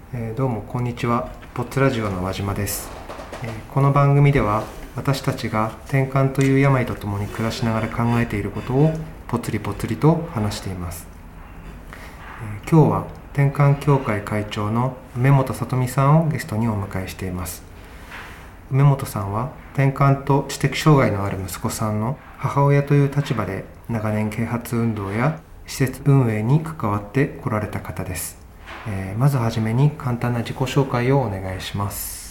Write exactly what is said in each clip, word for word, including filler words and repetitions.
えーどうもこんにちは。ポッツラジオの輪島です。えーこの番組では私たちが転換という病とともに暮らしながら考えていることをぽつりぽつりと話しています。えー今日は転換協会会長の梅本さとみさんをゲストにお迎えしています。梅本さんは転換と知的障害のある息子さんの母親という立場で長年啓発運動や施設運営に関わってこられた方です。えーまずはじめに簡単な自己紹介をお願いします。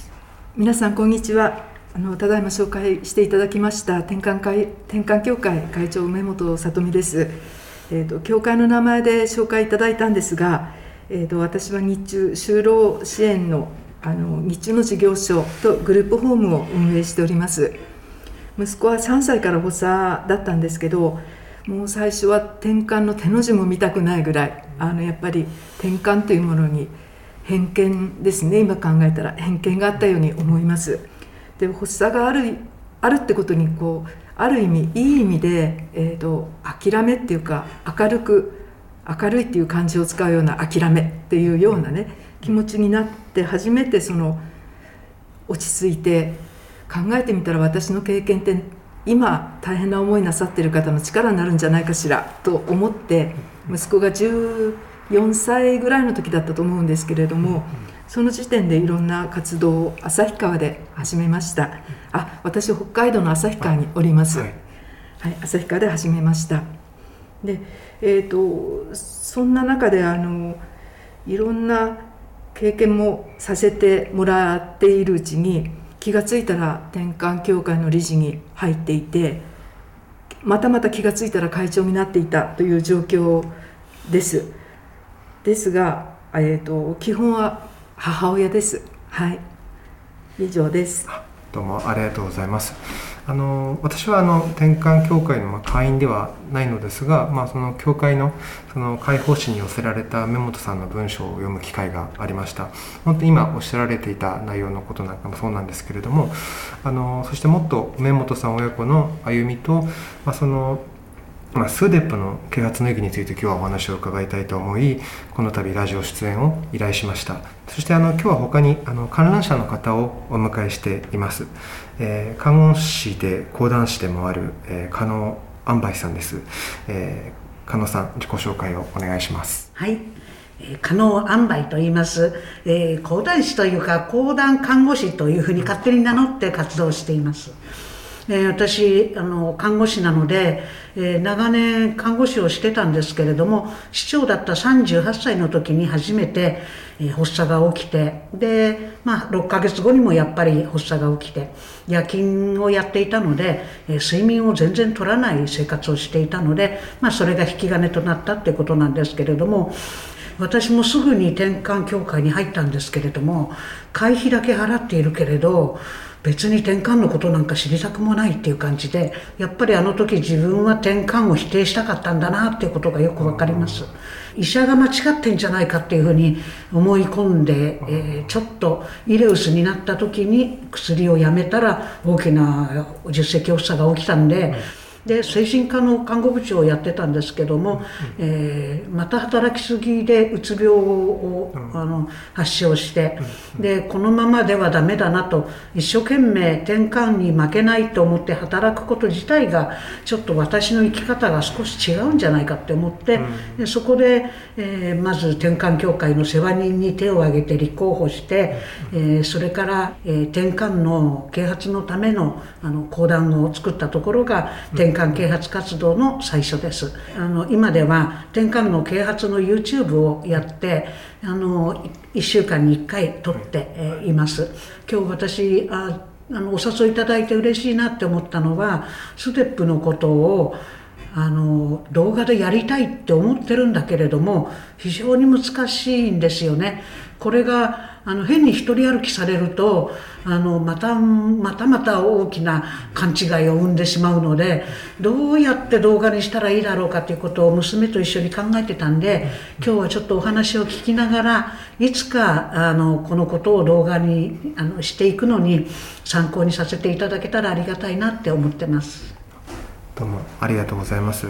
皆さんこんにちは。あのただいま紹介していただきました転換会転換協会会長梅本さとみです。えーと協会の名前で紹介いただいたんですが、えーと私は日中就労支援のあの日中の事業所とグループホームを運営しております。息子はさんさいから発作だったんですけど、もう最初は転換の手の字も見たくないぐらい、あのやっぱり転換というものに偏見ですね、今考えたら偏見があったように思います。で発作があるあるってことにこうある意味いい意味で、えーと諦めっていうか明るく明るいっていう漢字を使うような諦めっていうようなね気持ちになって初めてその落ち着いて考えてみたら、私の経験って今大変な思いなさっている方の力になるんじゃないかしらと思って、息子がじゅうよんさいぐらいの時だったと思うんですけれども、その時点でいろんな活動を旭川で始めました。あ、私北海道の旭川におります、はいはい、旭川で始めました。で、えーと、そんな中であのいろんな経験もさせてもらっているうちに、気がついたら転換協会の理事に入っていて、またまた気がついたら会長になっていたという状況です。ですが、えーと、基本は母親です。はい、以上です。 どうもありがとうございます。あの私はあの転換協会のまあ会員ではないのですが、まあ、その協会のその会報誌に寄せられた梅本さんの文章を読む機会がありました。本当に今おっしゃられていた内容のことなんかもそうなんですけれども、あのそしてもっと梅本さん親子の歩みと、まあ、そのまあ、スーデップの啓発の意義について今日はお話を伺いたいと思い、この度ラジオ出演を依頼しました。そしてあの今日は他にあの観覧者の方をお迎えしています。えー、看護師で講談師でもある、えー、加納安梅さんです。えー、加納さん、自己紹介をお願いします。 はい、加納安梅と言います。えー、講談師というか講談看護師というふうに勝手に名乗って活動しています。えー、私あの看護師なので、えー、長年看護師をしてたんですけれども、市長だったさんじゅうはっさいの時に初めて、えー、発作が起きて、で、まあ、ろっかげつごにもやっぱり発作が起きて、夜勤をやっていたので、えー、睡眠を全然取らない生活をしていたので、まあ、それが引き金となったってことなんですけれども、私もすぐに転換協会に入ったんですけれども、会費だけ払っているけれど別に転換のことなんか知りたくもないっていう感じで、やっぱりあの時自分は転換を否定したかったんだなっていうことがよくわかります。医者が間違ってんじゃないかっていうふうに思い込んで、えー、ちょっとイレウスになった時に薬をやめたら大きな十積発作が起きたんで、で精神科の看護部長をやってたんですけども、えー、また働きすぎでうつ病をあの発症して、でこのままではダメだなと、一生懸命転換に負けないと思って働くこと自体がちょっと私の生き方が少し違うんじゃないかって思って、でそこで、えー、まず転換協会の世話人に手を挙げて立候補して、えー、それから、えー、転換の啓発のためのあの講談を作ったところが転換啓発活動の最初です。あの今では転換の啓発の YouTube をやってあのいっしゅうかんにいっかい撮って、えー、います。今日私ああのお誘いいただいて嬉しいなって思ったのは、ステップのことをあの動画でやりたいって思ってるんだけれども非常に難しいんですよね。これがあの変に一人歩きされるとあのまたまたまた大きな勘違いを生んでしまうので、どうやって動画にしたらいいだろうかということを娘と一緒に考えてたんで、今日はちょっとお話を聞きながらいつかあのこのことを動画にあのしていくのに参考にさせていただけたらありがたいなって思ってます。 どうもありがとうございます。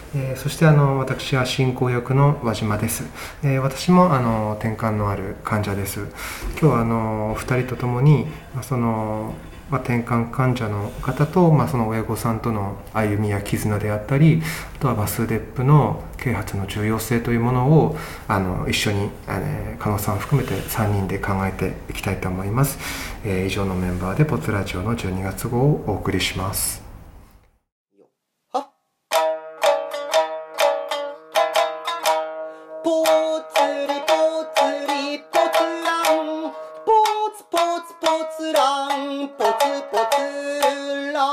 えー、そしてあの私は進行役の輪島です。えー、私もあの転換のある患者です。今日はあのふたりとともに、まあ、そのまあ、転換患者の方と、まあ、その親御さんとの歩みや絆であったり、あとはバスデップの啓発の重要性というものをあの一緒に、えー、加納さんを含めてさんにんで考えていきたいと思います。えー、以上のメンバーでポツラジオのじゅうにがつ号をお送りします。 ぽつりぽつりぽつらん、ぽつぽつぽつらん、ぽつぽつら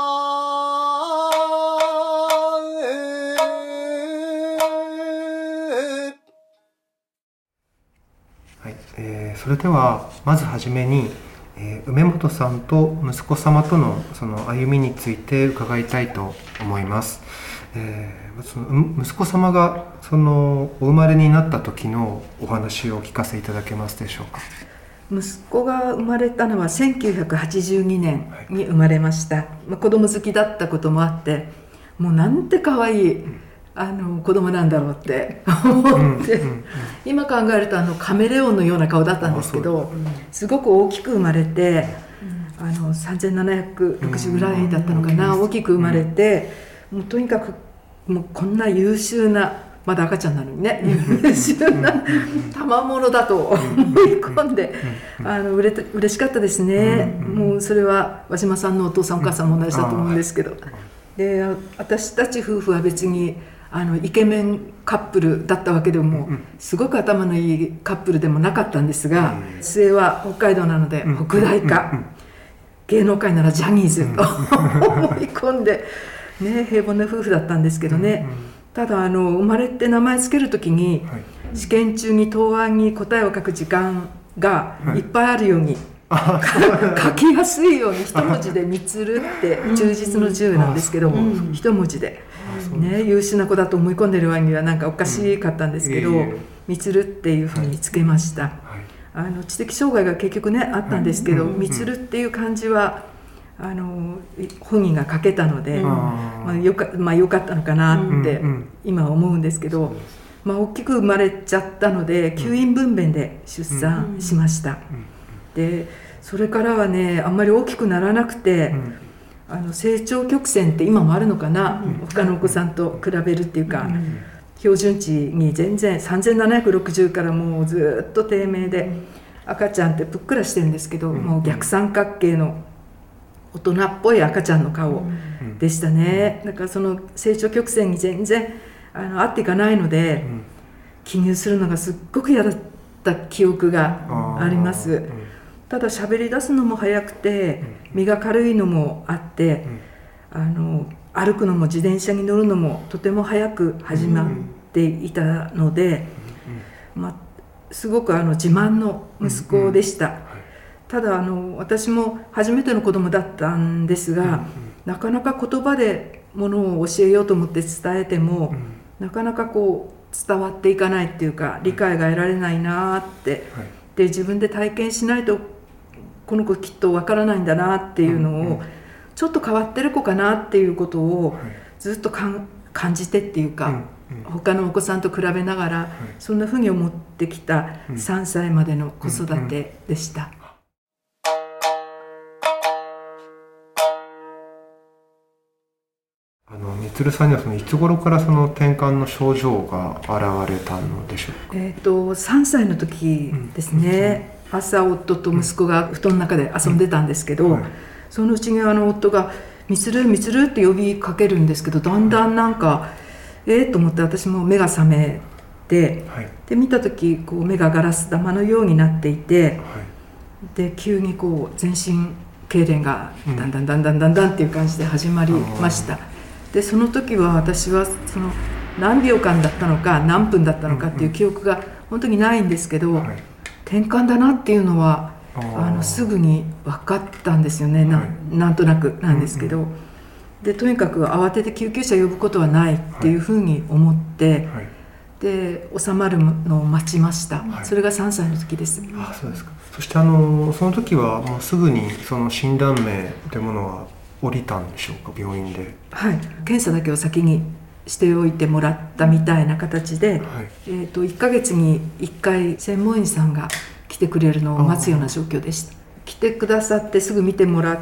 ん。 はい、えー、それではまずはじめに、えー、梅本さんと息子様とのその歩みについて伺いたいと思います。えー、その息子様がそのお生まれになった時のお話をお聞かせいただけますでしょうか。 息子が生まれたのはせんきゅうひゃくはちじゅうにねんに生まれました。はい、まあ、子供好きだったこともあって、もうなんて可愛い、うん、あの子供なんだろうって思って、うんうんうん、今考えるとあのカメレオンのような顔だったんですけど、すごく大きく生まれて、あのさんぜんななひゃくろくじゅうぐらいだったのかな、大きく生まれて、もうとにかくもうこんな優秀な、まだ赤ちゃんなのにね、優秀な賜物だと思い込んで、あのうれ嬉しかったですね。もうそれは輪島さんのお父さんお母さんも同じだと思うんですけど、で私たち夫婦は別にあのイケメンカップルだったわけでも、すごく頭のいいカップルでもなかったんですが、末は北海道なので北大か、芸能界ならジャニーズと思い込んで、ね、平凡な夫婦だったんですけどね、うんうん、ただあの生まれて名前つけるときに、はい、試験中に答案に答えを書く時間がいっぱいあるように、はい、書きやすいように一文字でみつるって忠実の忠なんですけども、うん、一文字で、ね、優秀な子だと思い込んでる割にはなんかおかしかったんですけど、みつるっていうふうにつけました。はい、あの知的障害が結局ねあったんですけど、みつるっていう漢字はあの本人が書けたので、うん、まあ、よか、まあ、よかったのかなって今思うんですけど、うんうん、まあ、大きく生まれちゃったので吸引分娩で出産しました。うんうん、でそれからはねあんまり大きくならなくて、うん、あの成長曲線って今もあるのかな、うん、他のお子さんと比べるっていうか、うん、標準値に全然さんぜんななひゃくろくじゅうからもうずっと低迷で、赤ちゃんってぷっくらしてるんですけど、うん、もう逆三角形の大人っぽい赤ちゃんの顔でしたね。だからその成長曲線に全然あの合っていかないので、記入するのがすっごく嫌だった記憶があります。ただ喋り出すのも早くて、身が軽いのもあって、あの歩くのも自転車に乗るのもとても早く始まっていたので、まあ、すごくあの自慢の息子でした。ただあの私も初めての子供だったんですが、うんうん、なかなか言葉でものを教えようと思って伝えても、うん、なかなかこう伝わっていかないっていうか、理解が得られないなって、はい、で自分で体験しないとこの子きっとわからないんだなっていうのを、うんうん、ちょっと変わってる子かなっていうことをずっとかん感じてっていうか、うんうん、他のお子さんと比べながら、はい、そんなふうに思ってきたさんさいまでの子育てでした。うんうんうん、 あのみつるさんにはそのいつ頃からその転換の症状が現れたのでしょうか。 えーと、さんさいの時ですね、うん、朝夫と息子が布団の中で遊んでたんですけど、うん、はい、そのうちにあの夫がみつるみつるって呼びかけるんですけど、だんだんなんかえーと思って私も目が覚めて、はい、で見た時こう目がガラス玉のようになっていて、はい、で急にこう全身痙攣がだんだんだんだんだんだんっていう感じで始まりました。うん、でその時は私はその何秒間だったのか何分だったのかっていう記憶が本当にないんですけど、うんうん、転換だなっていうのはあのすぐに分かったんですよね。 な,、はい、なんとなくなんですけど、うんうん、でとにかく慌てて救急車呼ぶことはないっていうふうに思って、はいはい、で収まるのを待ちました。はい、それがさんさいの時です。 ああ、そうですか。そしてあのその時はもうすぐにその診断名というものは降りたんでしょうか、病院で。 はい、検査だけを先にしておいてもらったみたいな形で、 はい、 えー、といっかげつにいっかい専門医さんが来てくれるのを待つような状況でした。来てくださってすぐ見てもらって、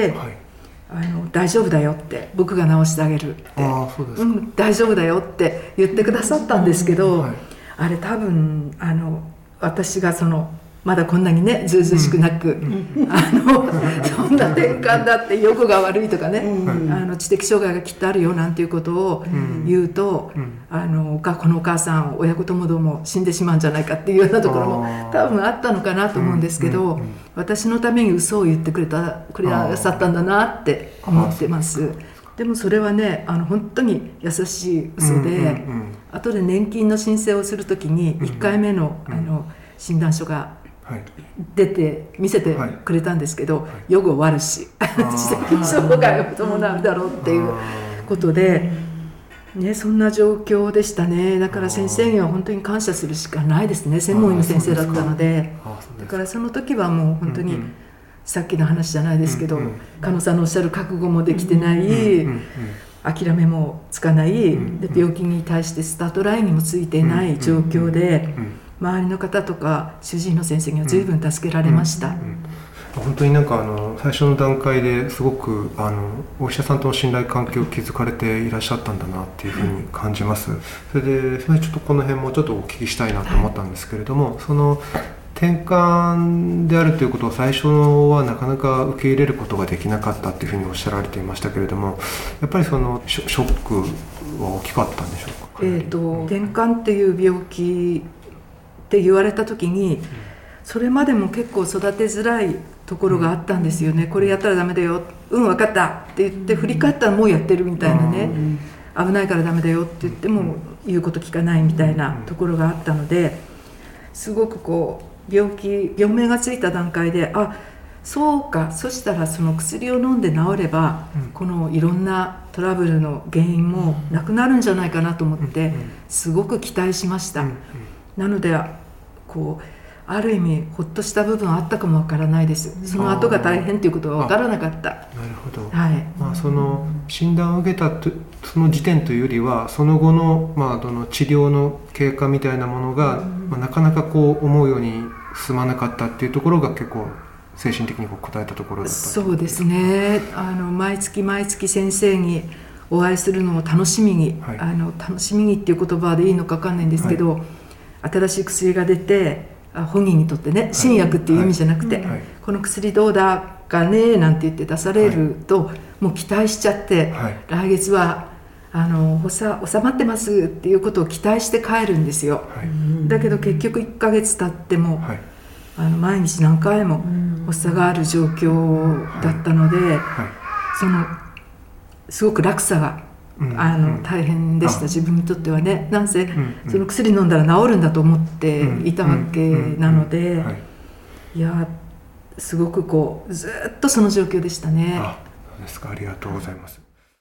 はい、 あの大丈夫だよって、僕が治してあげるって、 あそうですか、 うん、大丈夫だよって言ってくださったんですけど、 はい、 あれ多分あの私がそのまだこんなにねずうずうしくなく、うんうん、あのそんな転換だって欲が悪いとかね、うん、あの知的障害がきっとあるよなんていうことを言うと、うん、あのこのお母さん親子ともども死んでしまうんじゃないかっていうようなところも多分あったのかなと思うんですけど、うんうんうん、私のために嘘を言ってくれたくれなさったんだなって思ってます。でもそれはね、あの本当に優しい嘘で、うんうんうん、後で年金の申請をするときにいっかいめ の,、うんうん、あの診断書が出て見せてくれたんですけど、はい、予後悪し知的障害を伴うだろうっていうことで、ね、そんな状況でしたね。だから先生には本当に感謝するしかないですね。専門医の先生だったので、だからその時はもう本当に、うんうん、さっきの話じゃないですけど、うんうん、加納さんのおっしゃる覚悟もできてない、うんうんうん、諦めもつかない、うんうん、で病気に対してスタートラインにもついていない状況で、うんうんうん、周りの方とか主治医の先生には随分助けられました。うんうんうん、 本当になんかあの最初の段階ですごくあのお医者さんとの信頼関係を築かれていらっしゃったんだなっていうふうに感じます。それでそれちょっとこの辺もちょっとお聞きしたいなと思ったんですけれども、はい、その転換であるということを最初はなかなか受け入れることができなかったっていうふうにおっしゃられていましたけれども、やっぱりそのショショックは大きかったんでしょうか。 えーと、転換っていう病気って言われた時に、それまでも結構育てづらいところがあったんですよね。これやったらダメだよ、うん分かったって言って振り返ったらもうやってるみたいなね、危ないからダメだよって言っても言うこと聞かないみたいなところがあったので、すごくこう病気病名がついた段階で、あそうか、そしたらその薬を飲んで治れば、うん、このいろんなトラブルの原因もなくなるんじゃないかなと思ってすごく期待しました。なのでこうある意味ほっとした部分はあったかもわからないです。その後が大変ということはわからなかった。なるほど、はいまあ、その診断を受けたとその時点というよりはその後の、まあ、どの治療の経過みたいなものが、まあ、なかなかこう思うように進まなかったっていうところが結構精神的にこう答えたところだった。 そうですね。あの毎月毎月先生にお会いするのを楽しみに、はい、あの楽しみにっていう言葉でいいのか分かんないんですけど、はい、新しい薬が出て本人にとってね、新薬っていう意味じゃなくて、はいはい、この薬どうだかねなんて言って出されると、はい、もう期待しちゃって、はい、来月はあの収まってますっていうことを期待して帰るんですよ、はい、だけど結局いっかげつ経っても、はい、あの毎日何回も発作がある状況だったので、はいはい、そのすごく落差があの大変でした。自分にとってはね、なんせその薬飲んだら治るんだと思っていたわけなので、いやすごくこうずっとその状況でしたね。 あ、そうですか。ありがとうございます。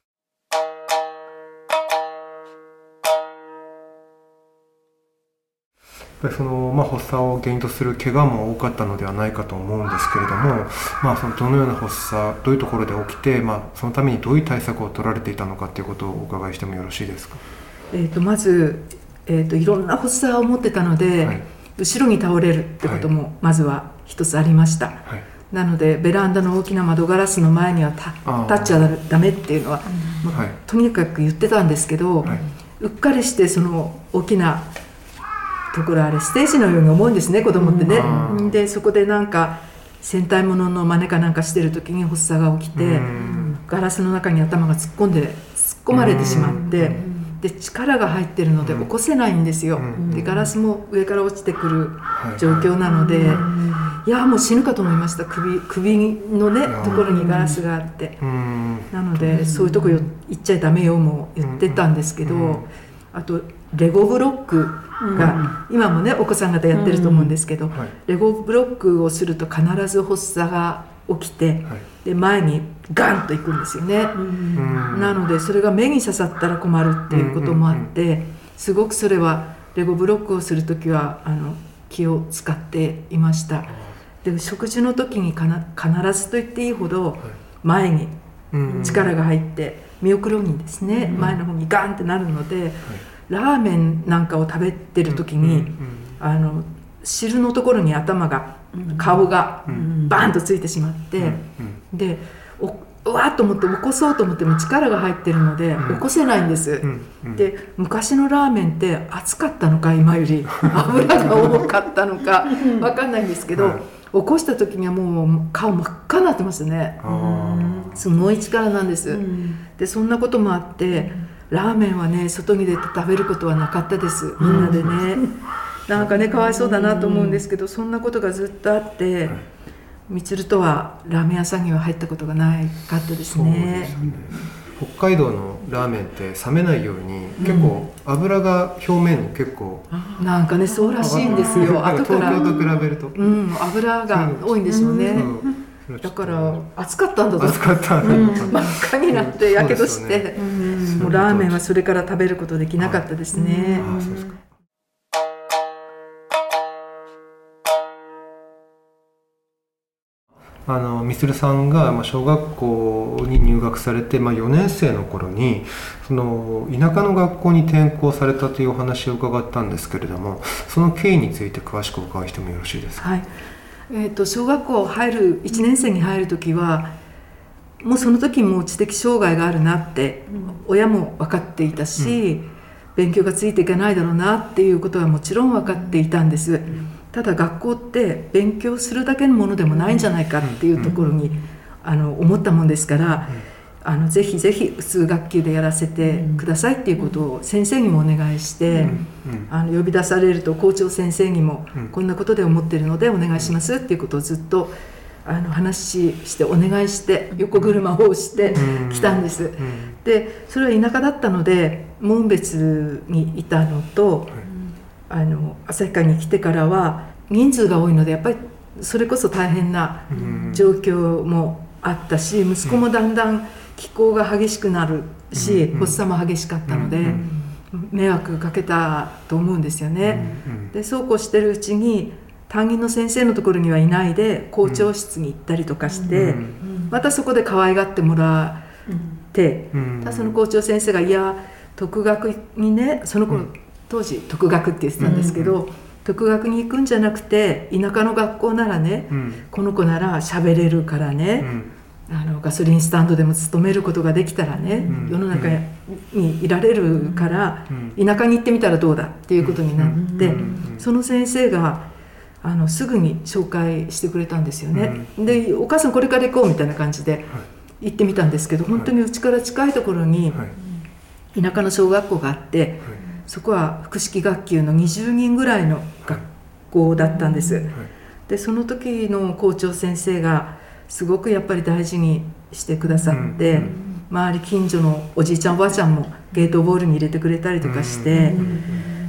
そのまあ、発作を原因とする怪我も多かったのではないかと思うんですけれども、まあ、そのどのような発作どういうところで起きて、まあ、そのためにどういう対策を取られていたのかということをお伺いしてもよろしいですか。 えー、とまず、えー、といろんな発作を持ってたので、はい、後ろに倒れるってこともまずは一つありました、はいはい、なのでベランダの大きな窓ガラスの前には立っちゃダメっていうのは、はい、とにかく言ってたんですけど、はい、うっかりしてその大きなところあれステージのように思うんですね、子供ってね、うん、でそこでなんか戦隊ものの真似かなんかしてる時に発作が起きて、ガラスの中に頭が突っ込んで突っ込まれてしまって、で力が入ってるので起こせないんですよ。でガラスも上から落ちてくる状況なので、いやもう死ぬかと思いました。 首, 首のねところにガラスがあって、なのでそういうとこ行っちゃダメよも言ってたんですけど、あとレゴブロックが、うん、今もねお子さん方やってると思うんですけど、うんはい、レゴブロックをすると必ず発作が起きて、はい、で前にガンといくんですよね、うん、なのでそれが目に刺さったら困るっていうこともあって、すごくそれはレゴブロックをするときはあの気を使っていました。で食事の時にかな必ずと言っていいほど前に力が入って見送ろうにですね、うん、前の方にガンってなるので、はい、ラーメンなんかを食べてる時に、うんうん、あの汁のところに頭が、うん、顔がバーンとついてしまって、うんうん、でおうわーっと思って起こそうと思っても力が入ってるので、うん、起こせないんです、うんうん、で昔のラーメンって熱かったのか今より油が多かったのか分かんないんですけど、はい、起こした時にはもう顔真っ赤になってますね。すごい力なんです、うん、でそんなこともあってラーメンはね外に出て食べることはなかったですみんなでね、うん、なんかねかわいそうだなと思うんですけど、そんなことがずっとあって、はい、みつるとはラーメン屋さんには入ったことがないかったですね。そうですね。 北海道のラーメンって冷めないように、うん、結構油が表面に結構なんかねそうらしいんですよ。 後から東京と比べると、 うん、油が多いんでしょうね、うん、だから暑かったんだと暑かったんだ、 うん、真っ赤になってやけどして、うん、もうラーメンはそれから食べることできなかったですね。 ああ、そうですか。あのみつるさんが小学校に入学されて、まあ、よねん生の頃にその田舎の学校に転校されたというお話を伺ったんですけれども、その経緯について詳しくお伺いしてもよろしいですか。 はい、えーと、小学校入るいちねん生に入る時はもうその時も知的障害があるなって親も分かっていたし、うん、勉強がついていけないだろうなっていうことはもちろん分かっていたんです。ただ学校って勉強するだけのものでもないんじゃないかっていうところに、うん、あの思ったもんですから、うん、あのぜひぜひ普通学級でやらせてくださいっていうことを先生にもお願いして、うん、あの呼び出されると校長先生にもこんなことで思ってるのでお願いしますっていうことをずっとあの話してお願いして横車をしてきたんです、うんうん、でそれは田舎だったので紋別にいたのと、はい、あの旭川に来てからは人数が多いのでやっぱりそれこそ大変な状況もあったし、息子もだんだん気候が激しくなるし、発作も激しかったので迷惑かけたと思うんですよね。でそうこうしてるうちに担任の先生のところにはいないで校長室に行ったりとかして、またそこで可愛がってもらって、その校長先生がいや独学にね、その頃当時独学って言ってたんですけど、独学に行くんじゃなくて田舎の学校ならね、うん、この子なら喋れるからね、うん、あのガソリンスタンドでも勤めることができたらね、うん、世の中にいられるから、うん、田舎に行ってみたらどうだっていうことになって、うん、その先生があのすぐに紹介してくれたんですよね、うん、でお母さんこれから行こうみたいな感じで行ってみたんですけど、本当にうちから近いところに田舎の小学校があって、そこは複式学級のにじゅうにんぐらいの学校だったんです、はい、でその時の校長先生がすごくやっぱり大事にしてくださって、うん、周り近所のおじいちゃんおばあちゃんもゲートボールに入れてくれたりとかして、うん、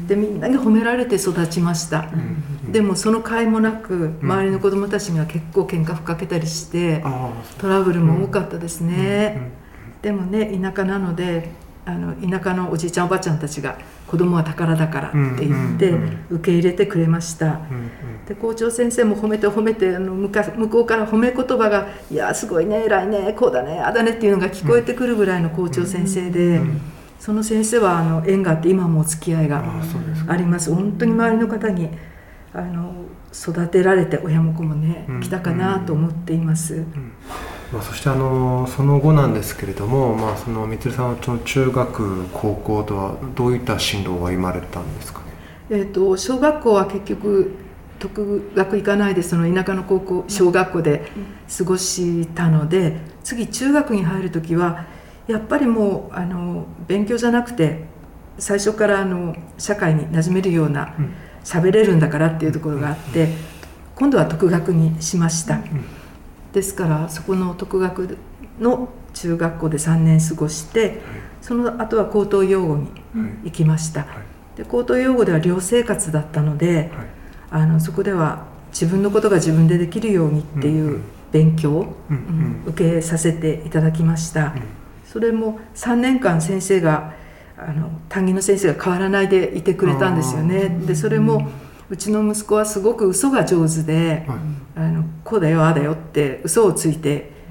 でみんなに褒められて育ちました、うん、でもその甲斐もなく周りの子どもたちには結構喧嘩ふっかけたりして、うん、トラブルも多かったですね、うんうん、でもね田舎なのであの田舎のおじいちゃんおばあちゃんたちが子供は宝だからって言って受け入れてくれました、うんうん、で校長先生も褒めて褒めてあの向こうから褒め言葉がいやすごいね偉いねこうだねあだねっていうのが聞こえてくるぐらいの校長先生で、うんうん、その先生はあの縁があって今もお付き合いがあります。本当に周りの方にあの育てられて親も子もね、うん、来たかなと思っています、うんうんまあ、そしてあのその後なんですけれども、まあ、そのみつるさんはその中学高校とはどういった進路を歩まれたんですかね。 えーと、小学校は結局独学行かないでその田舎の高校小学校で過ごしたので、次中学に入る時はやっぱりもうあの勉強じゃなくて最初からあの社会に馴染めるような喋れるんだからっていうところがあって今度は独学にしました。ですからそこの独学の中学校でさんねん過ごして、はい、その後は高等養護に行きました、はい、で高等養護では寮生活だったので、はい、あのそこでは自分のことが自分でできるようにっていう勉強を、うんうん、受けさせていただきました、うん、それもさんねんかん先生があの担任の先生が変わらないでいてくれたんですよね。でそれもうちの息子はすごく嘘が上手で、はい、あのこうだよああだよって嘘をついて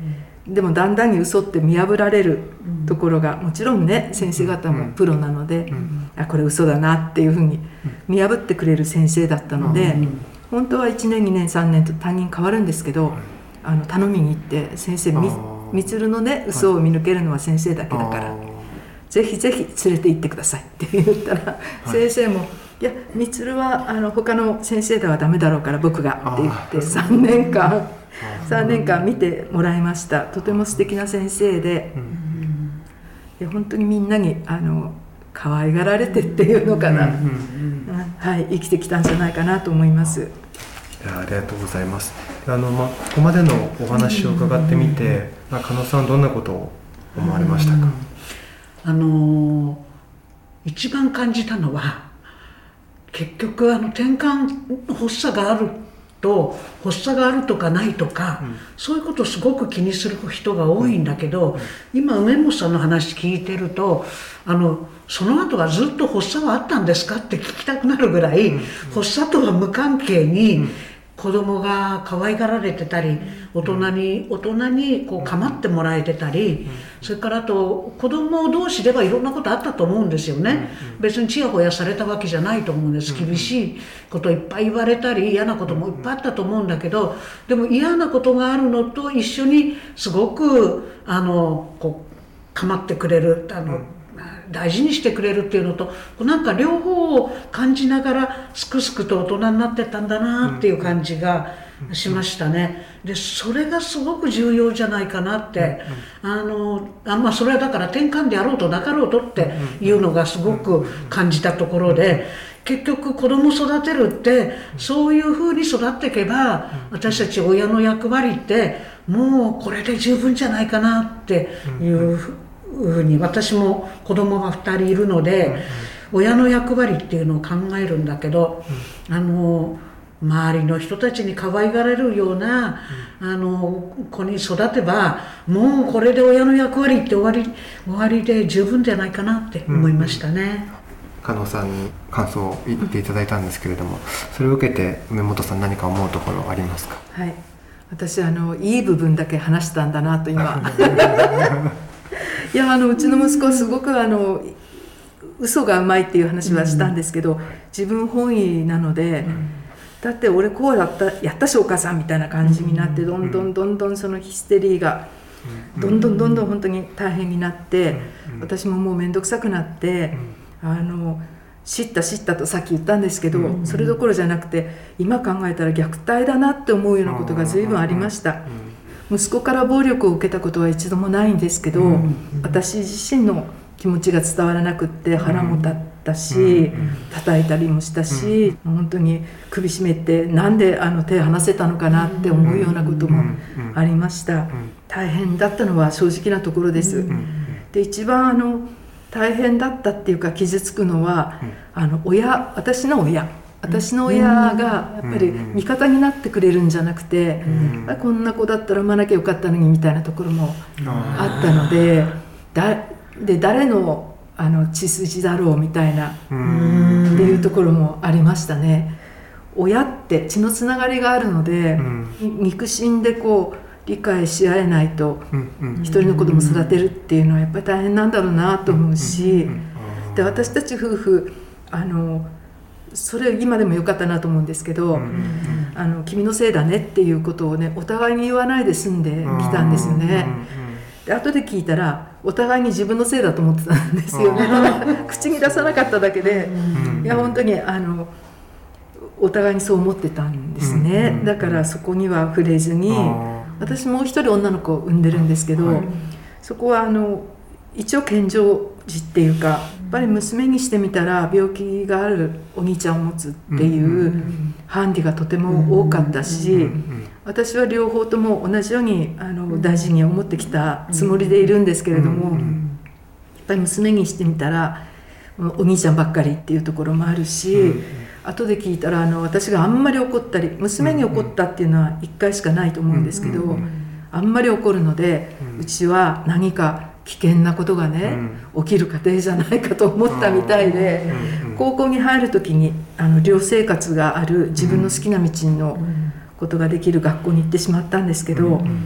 でもだんだんに嘘って見破られるところが、もちろんね先生方もプロなので、あこれ嘘だなっていうふうに見破ってくれる先生だったので、本当はいちねんにねんさんねんと担任変わるんですけど、あの頼みに行って先生みみつるのね嘘を見抜けるのは先生だけだから、ぜひぜひ連れて行ってくださいって言ったら、先生もいやみつるはあの他の先生ではダメだろうから僕がって言ってさんねんかんさんねんかん見てもらいました。とても素敵な先生で、いや本当にみんなにあの可愛がられてっていうのかな、はい、生きてきたんじゃないかなと思います。 いやありがとうございます。あの、ま、ここまでのお話を伺ってみて、まあ、加納さんどんなことを思われましたか？ あの一番感じたのは、結局あの転換発作があると発作があるとかないとか、うん、そういうことをすごく気にする人が多いんだけど、うん、今梅本さんの話聞いてると、あのその後はずっと発作はあったんですかって聞きたくなるぐらい、うん、発作とは無関係に、うん、子供が可愛がられてたり、大人に大人にこう構ってもらえてたり、それからあと子供同士ではいろんなことあったと思うんですよね。別にちやほやされたわけじゃないと思うんです。厳しいこといっぱい言われたり嫌なこともいっぱいあったと思うんだけど、でも嫌なことがあるのと一緒にすごくあのこう構ってくれる、あの大事にしてくれるっていうのと、なんか両方を感じながらすくすくと大人になってったんだなっていう感じがしましたね。でそれがすごく重要じゃないかなって、あのあまあそれはだから転換であろうとなかろうとっていうのがすごく感じたところで、結局子供育てるってそういうふうに育っていけば、私たち親の役割ってもうこれで十分じゃないかなっていうふうに、私も子供がふたりいるので、親の役割っていうのを考えるんだけど、あの周りの人たちに可愛がられるような、うん、あの子に育てばもうこれで親の役割って終わり終わりで十分じゃないかなって思いましたね。 うん、加納さんに感想を言っていただいたんですけれども、それを受けて梅本さん何か思うところありますか？ はい、私あのいい部分だけ話したんだなと今いやあのうちの息子はすごくあの嘘がうまいっていう話はしたんですけど、うん、自分本位なので、うん、だって俺こうやったやったしお母さんみたいな感じになって、どんどんどんどんそのヒステリーがどんどんどんどん本当に大変になって、私ももう面倒くさくなって、あの知った知ったとさっき言ったんですけど、それどころじゃなくて今考えたら虐待だなって思うようなことが随分ありました。息子から暴力を受けたことは一度もないんですけど、私自身の気持ちが伝わらなくって腹も立ったし、叩いたりもしたし、本当に首絞めてなんであの手離せたのかなって思うようなこともありました。大変だったのは正直なところです。で一番あの大変だったっていうか傷つくのは、あの親私の親私の親がやっぱり味方になってくれるんじゃなくて、こんな子だったら産まなきゃよかったのにみたいなところもあったので、だで誰の、あの血筋だろうみたいなっていうところもありましたね。親って血のつながりがあるので、肉親でこう理解し合えないと一人の子供育てるっていうのはやっぱり大変なんだろうなと思うし、で私たち夫婦あのそれ今でも良かったなと思うんですけど、あの君のせいだねっていうことをねお互いに言わないで済んできたんですよね。で後で聞いたらお互いに自分のせいだと思ってたんですよね。口に出さなかっただけで、いや本当にあのお互いにそう思ってたんですね。だからそこには触れずに、私もう一人女の子を産んでるんですけど、はい、そこはあの一応健常児っていうか、やっぱり娘にしてみたら病気があるお兄ちゃんを持つっていうハンディがとても多かったし、私は両方とも同じようにあの大事に思ってきたつもりでいるんですけれども、やっぱり娘にしてみたらお兄ちゃんばっかりっていうところもあるし、後で聞いたらあの私があんまり怒ったり、娘に怒ったっていうのはいっかいしかないと思うんですけど、あんまり怒るので、うちは何か危険なことがね、うん、起きる家庭じゃないかと思ったみたいで、うん、高校に入る時にあの寮生活がある自分の好きな道のことができる学校に行ってしまったんですけど、うん、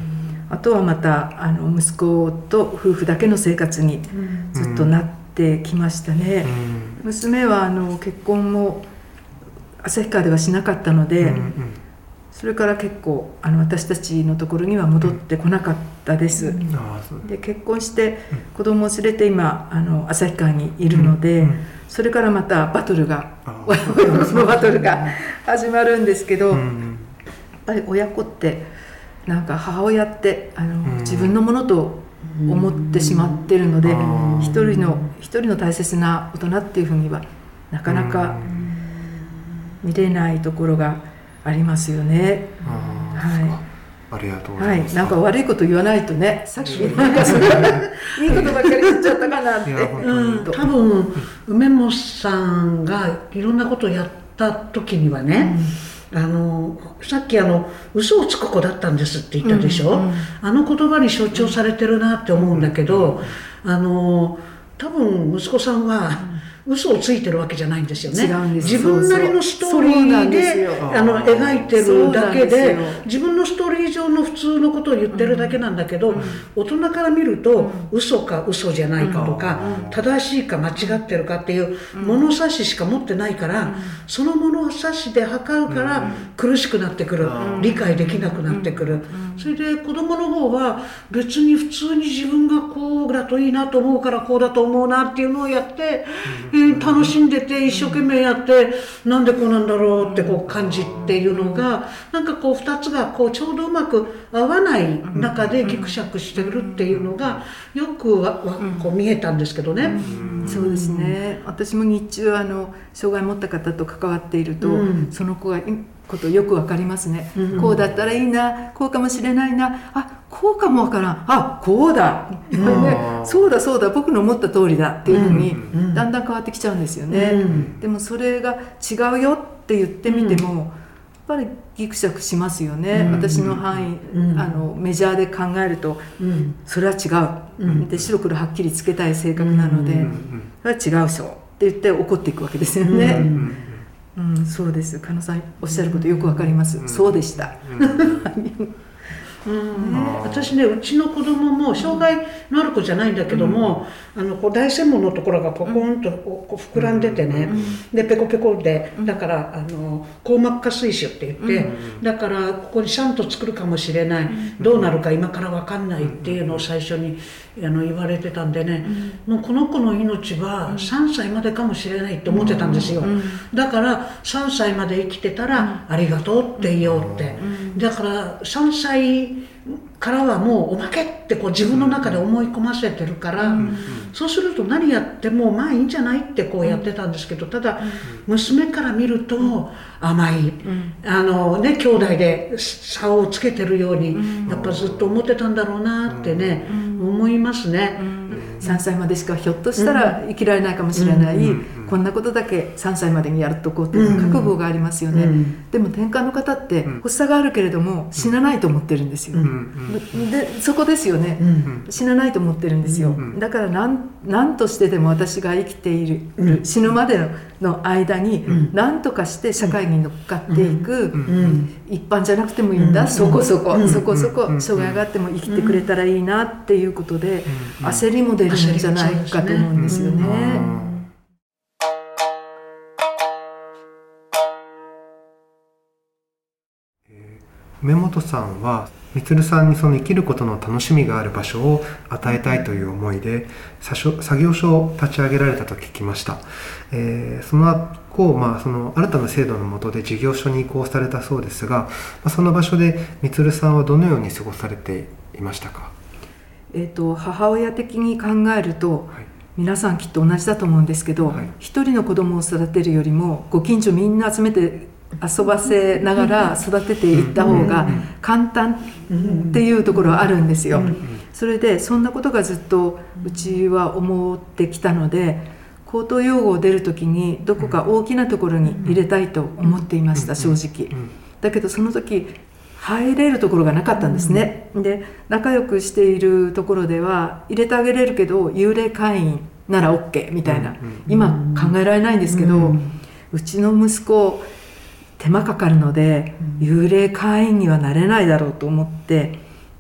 あとはまたあの息子と夫婦だけの生活にずっとなってきましたね。うん、娘はあの結婚も旭川ではしなかったので、うんうん、それから結構あの私たちのところには戻ってこなかったです。うん、で結婚して子供を連れて今あの旭川にいるので、うんうん、それからまたバトルが親子のバトルが始まるんですけど、うん、やっぱり親子ってなんか母親ってあの、うん、自分のものと思ってしまってるので、うん、一人の一人の大切な大人っていうふうにはなかなか見れないところがありますよね。 はい、ありがとうございます。 はい、なんか悪いこと言わないとね、さっきなんかそれいいことばっかり言っちゃったかなって。 うん、多分梅本さんがいろんなことをやった時にはね、うん、あのさっきあの嘘をつく子だったんですって言ったでしょ、うんうん、あの言葉に象徴されてるなって思うんだけど、うん、あの多分息子さんは、うん、嘘をついてるわけじゃないんですよね。 違うんです。 自分なりのストーリーであの描いてるだけで、自分のストーリー上の普通のことを言ってるだけなんだけど、うん、大人から見ると、うん、嘘か嘘じゃないかとか、うん、正しいか間違ってるかっていう物差ししか持ってないから、うん、その物差しで測るから苦しくなってくる、うん、理解できなくなってくる、うん、それで子供の方は別に普通に自分がこうだといいなと思うからこうだと思うなっていうのをやって、うん、楽しんでて一生懸命やってなんでこうなんだろうってこう感じっていうのがなんかこうふたつがこうちょうどうまく合わない中でギクシャクしてるっていうのがよくわわこう見えたんですけどね。 うんうん、そうですね。私も日中あの障害を持った方と関わっていると、うん、その子がことよくわかりますね。うん、こうだったらいいな、こうかもしれないな、あこうかもわからん、あこうだ、うん、そうだそうだ僕の思った通りだっていうふうにだんだん変わってきちゃうんですよね。うん、でもそれが違うよって言ってみても、うん、やっぱりギクシャクしますよね。うん、私の範囲、うん、あのメジャーで考えると、うん、それは違う、うん、で白黒はっきりつけたい性格なので、うん、それは違うそうって言って怒っていくわけですよね。うんうん、そうです。加納さんおっしゃることよくわかります。うん、そうでした。 うん、ね、私ねうちの子供も障害のある子じゃないんだけども、うん、あのこう大専門のところがポコンとこう膨らんでてね、うん、でペコペコでだからあの硬膜下水腫って言って、うん、だからここにシャント作るかもしれない、うん、どうなるか今から分かんないっていうのを最初にあの言われてたんでね、うん、もうこの子の命はさんさいまでかもしれないって思ってたんですよ。うん、だからさんさいまで生きてたらありがとうって言おうって、だからさんさいからはもうおまけってこう自分の中で思い込ませてるから、うん、そうすると何やってもまあいいんじゃないってこうやってたんですけど、ただ娘から見ると甘い、うん、あのね兄弟で差をつけてるようにやっぱずっと思ってたんだろうなってね、うん、思いますね。うん、 さんさいまでしかひょっとしたら生きられないかもしれない、うん、こんなことだけさんさいまでにやっとこうという覚悟がありますよね。うん、でも転換の方って発作があるけれども死なないと思ってるんですよ。うん、でそこですよね。うん、死なないと思ってるんですよ。うん、だから何何としてでも私が生きている、うん、死ぬまで の, の間に何とかして社会に乗っかっていく、うん、一般じゃなくてもいいんだ、うん、そこそこ、うん、そこそこ障害があっても生きてくれたらいいなっていうことで、うん、焦りも出るんじゃないかと思うんですよね。 梅本さんは充さんにその生きることの楽しみがある場所を与えたいという思いで作業所を立ち上げられたと聞きました。えー、その後、まあ、その新たな制度の下で事業所に移行されたそうですが、まあ、その場所で充さんはどのように過ごされていましたか？ えーと、母親的に考えると、はい、皆さんきっと同じだと思うんですけど、はい、一人の子供を育てるよりもご近所みんな集めて遊ばせながら育てていった方が簡単っていうところはあるんですよ。それでそんなことがずっとうちは思ってきたので、高等養護を出る時にどこか大きなところに入れたいと思っていました、正直。だけどその時入れるところがなかったんですね。で仲良くしているところでは入れてあげれるけど幽霊会員なら OK みたいな、今考えられないんですけど、うちの息子手間かかるので幽霊会員にはなれないだろうと思って、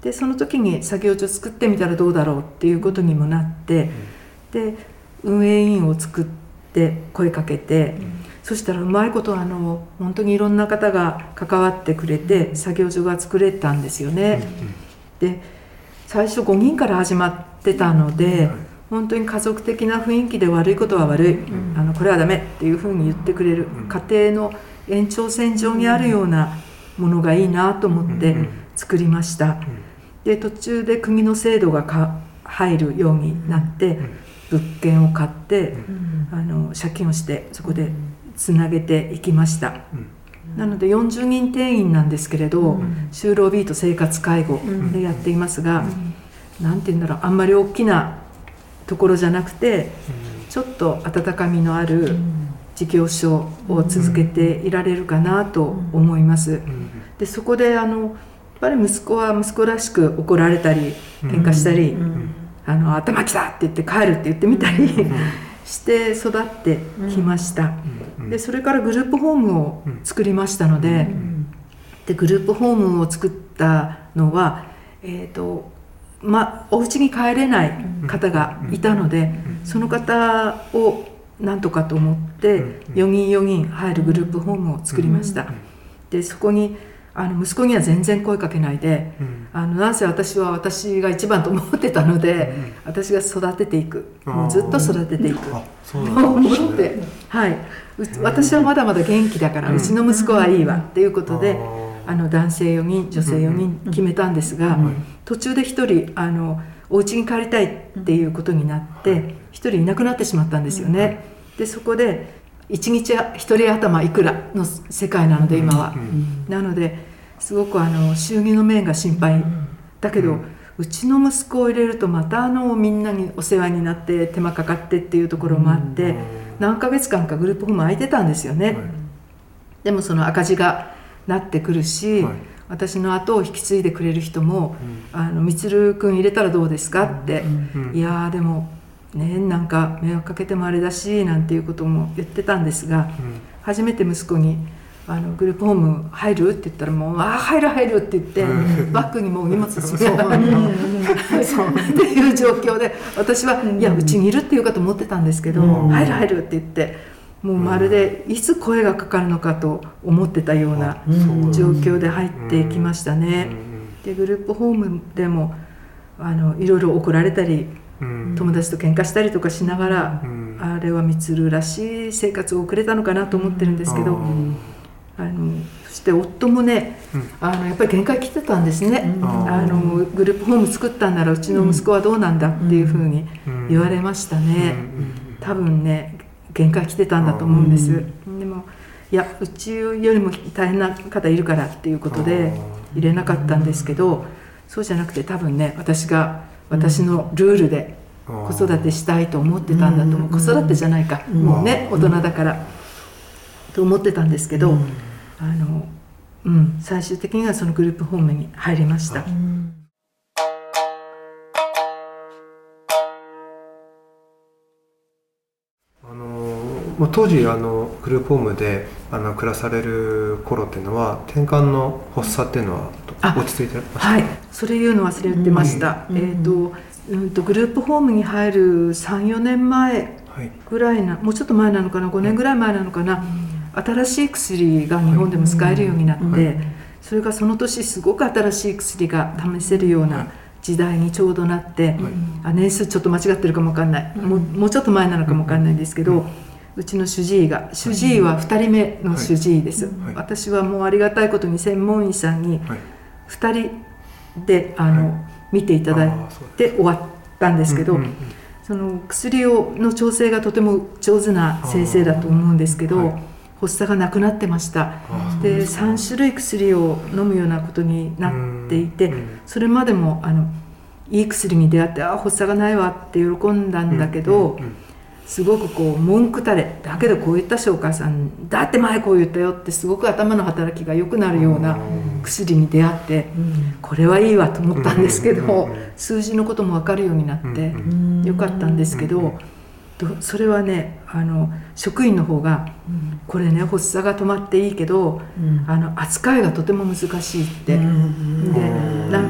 でその時に作業所作ってみたらどうだろうっていうことにもなって、で運営委員を作って声かけて、そしたらうまいことあの本当にいろんな方が関わってくれて作業所が作れたんですよね。で最初ごにんから始まってたので、本当に家族的な雰囲気で悪いことは悪い、あのこれはダメっていうふうに言ってくれる、家庭の延長線上にあるようなものがいいなと思って作りました。で途中で国の制度がか入るようになって物件を買って、あの借金をしてそこでつなげていきました。なのでよんじゅうにん定員なんですけれど、就労ビート生活介護でやっていますが、なんて言うんだろう、あんまり大きなところじゃなくて、ちょっと温かみのある事業所を続けていられるかなと思います。でそこであのやっぱり息子は息子らしく怒られたり喧嘩したり、あの頭きたって言って帰るって言ってみたりして育ってきました。でそれからグループホームを作りましたので、でグループホームを作ったのは、えーとま、お家に帰れない方がいたので、その方をなんとかと思ってよにんよにん入るグループホームを作りました。でそこにあの息子には全然声かけないで、あのなんせ私は私が一番と思ってたので、私が育てていく、もうずっと育てていくと思って、はい、私はまだまだ元気だからうちの息子はいいわっていうことで、あの男性よにん女性よにん決めたんですが、途中でひとりあのお家に帰りたいっていうことになってひとりいなくなってしまったんですよね。でそこでいちにちひとり頭いくらの世界なので今は、なのですごくあの収入の面が心配だけど、うちの息子を入れるとまたあのみんなにお世話になって手間かかってっていうところもあって、何ヶ月間かグループホーム空いてたんですよね。でもその赤字がなってくるし、私の後を引き継いでくれる人も「あのみつるくん入れたらどうですか?」って「いやーでもねなんか迷惑かけてもあれだし」なんていうことも言ってたんですが、初めて息子にあのグループホーム入るって言ったらもう「ああ入る入る」って言ってバッグにもう荷物詰めたっていう状況で、私はいやうちにいるっていうかと思ってたんですけど「入る入る」って言って。もうまるでいつ声がかかるのかと思ってたような状況で入ってきましたね。でグループホームでもあのいろいろ怒られたり、友達と喧嘩したりとかしながら、あれはみつるらしい生活を送れたのかなと思ってるんですけど、あのそして夫もね、あのやっぱり限界来てたんですね。あのグループホーム作ったんならうちの息子はどうなんだっていうふうに言われましたね。多分ね限界来てたんだと思うんです。でもいやうちよりも大変な方いるからっていうことで入れなかったんですけど、そうじゃなくて多分ね私が私のルールで子育てしたいと思ってたんだと思う。子育てじゃないか、もうね大人だからと思ってたんですけど、あの、うん、最終的にはそのグループホームに入りました。 当時あのグループホームであの暮らされる頃っていうのは転換の発作っていうのは落ち着いてましたか？ はい、それ言うの忘れてました。うん、えーとうん、とグループホームに入るさんよねんまえぐらいな、はい、もうちょっと前なのかな、ごねんぐらい前なのかな、うん、新しい薬が日本でも使えるようになって、はい、それがその年すごく新しい薬が試せるような時代にちょうどなって、はい、あ年数ちょっと間違ってるかもわかんない、うん、もう、もうちょっと前なのかもわかんないんですけど、うん、うちの主治医が主治医はふたりめの主治医です、はいはい、私はもうありがたいことに専門医さんにふたりであの、はい、見ていただいて終わったんですけど、うんうんうん、その薬をの調整がとても上手な先生だと思うんですけど、はい、発作がなくなってました。でさんしゅるい薬を飲むようなことになっていて、それまでもあのいい薬に出会ってあ発作がないわって喜んだんだけど、うんうんうん、すごくこう文句たれだけどこう言ったしお母さんだって前こう言ったよってすごく頭の働きが良くなるような薬に出会って、うん、これはいいわと思ったんですけど、うん、数字のことも分かるようになってよかったんですけど、それはねあの職員の方が、うん、これね発作が止まっていいけど、うん、あの扱いがとても難しいって、うん、でなんか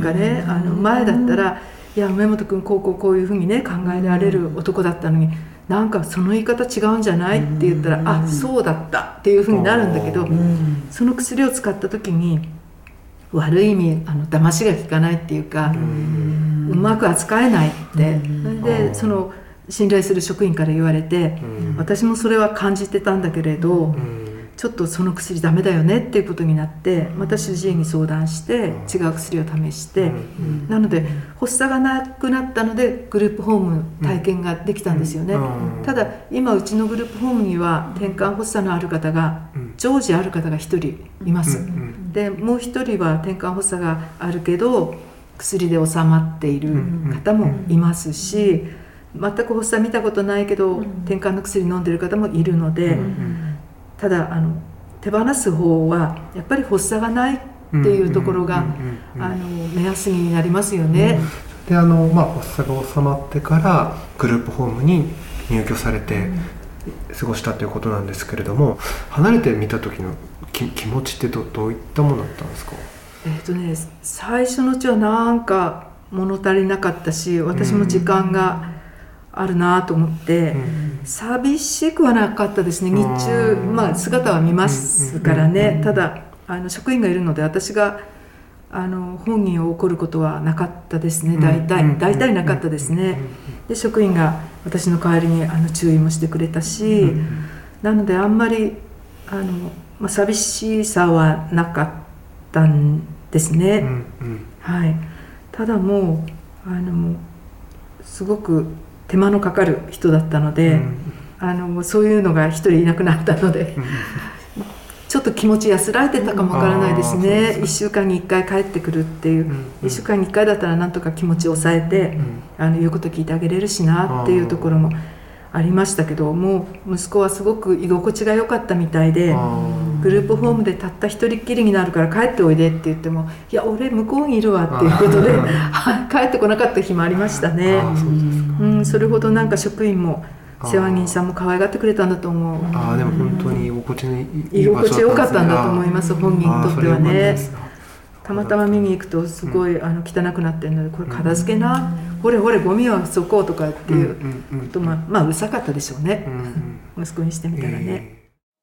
かね、あの前だったらいや梅本君こうこうこういうふうにね考えられる男だったのに、なんかその言い方違うんじゃないって言ったら、あ、そうだったっていうふうになるんだけど、その薬を使った時に悪い意味あの騙しが効かないっていうか、うまく扱えないって、でその信頼する職員から言われて、私もそれは感じてたんだけれど、ちょっとその薬ダメだよねっていうことになって、また主治医に相談して違う薬を試して、なので発作がなくなったのでグループホーム体験ができたんですよね。ただ今うちのグループホームには転換発作のある方が常時ある方がひとりいます。でもうひとりは転換発作があるけど薬で収まっている方もいますし、全く発作見たことないけど転換の薬飲んでる方もいるので、ただあの手放す方はやっぱり発作がないっていうところがあの目安になりますよね。 であの、まあ、発作が収まってからグループホームに入居されて過ごしたということなんですけれども、離れてみた時のき気持ちって ど, どういったものだったんですか？ えーとね、最初のうちはなんか物足りなかったし、私も時間があるなと思って、うん、寂しくはなかったですね。日中、まあ、姿は見ますからね。ただあの職員がいるので私があの本人を怒ることはなかったですね。大体大体なかったですね。で職員が私の代わりにあの注意もしてくれたし、なのであんまりあの、まあ、寂しさはなかったんですね、うんうん、はい、ただもうあのすごく手間のかかる人だったので、うん、あのそういうのが一人いなくなったので、うん、ちょっと気持ち安らいでたかもわからないですね。いっしゅうかんにいっかい帰ってくるっていう、うん、いっしゅうかんにいっかいだったらなんとか気持ちを抑えて、うん、あの言うこと聞いてあげれるしなっていうところもありましたけど、もう息子はすごく居心地が良かったみたいで、グループホームでたった一人っきりになるから帰っておいでって言っても、いや俺向こうにいるわっていうことで帰ってこなかった日もありましたね。うん、それほどなんか職員も世話人さんも可愛がってくれたんだと思う。 ああ、でも本当に居心地にいい場所だったんですね。居心地良かったんだと思います。本人にとってはね。たまたま見に行くとすごい、うん、あの汚くなってるので、これ片付けな、うん、ほれほれゴミはそこうとかっていうこと、まあ、まあうるさかったでしょうね、うん、息子にしてみたらね、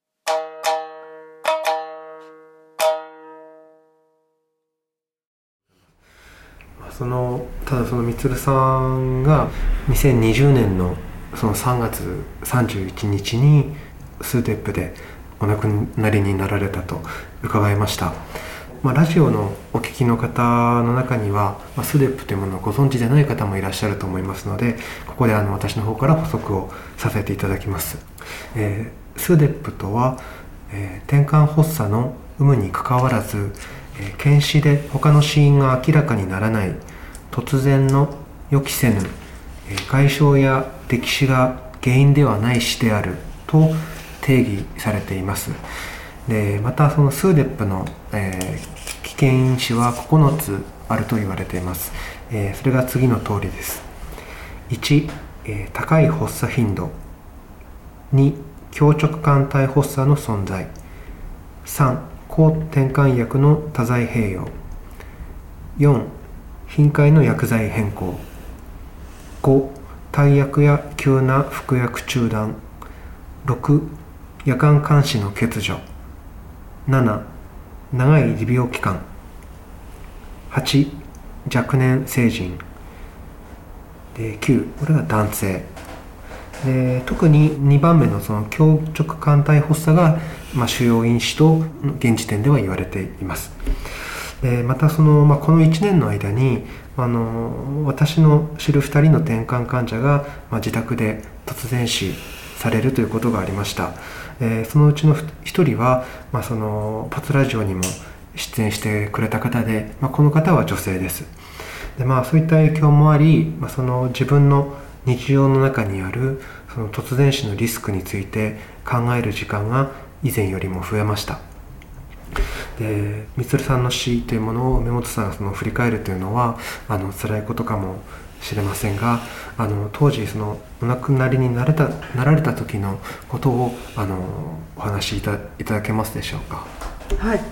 えー、そのただそのみつるさんがにせんにじゅうねんのそのさんがつさんじゅういちにちにスーデップでお亡くなりになられたと伺いました。まあ、ラジオのお聞きの方の中には、まあ、スーデップというものをご存知でない方もいらっしゃると思いますので、ここであの私の方から補足をさせていただきます。えー、スーデップとは、えー、転換発作の有無にかかわらず、えー、検視で他の死因が明らかにならない突然の予期せぬ、えー、外傷や溺死が原因ではない死であると定義されています。でまたそのスーデップの、えー、危険因子はここのつあると言われています。えー、それが次の通りです。いち、えー、高い発作頻度。に、強直管帯発作の存在。さん、抗転換薬の多剤併用。よん、頻回の薬剤変更。ご、大薬や急な服薬中断。ろく、夜間監視の欠如。なな、長い持病期間。はち、若年成人。できゅう、これが男性で、特ににばんめのその強直管帯発作が、まあ、主要因子と現時点では言われています。でまたその、まあ、このいちねんの間にあの私の知るふたりの転換患者が、まあ、自宅で突然死されるということがありました。えー、そのうちのひとりは、まあ、そのポツラジオにも出演してくれた方で、まあ、この方は女性です。で、まあ、そういった影響もあり、まあ、その自分の日常の中にあるその突然死のリスクについて考える時間が以前よりも増えました。で、みつるさんの死というものを梅本さんがその振り返るというのはあの辛いことかもしれませんが、あの当時そのお亡くなりになれたなられた時のことをあのお話しいた、いただけますでしょうか。 はい、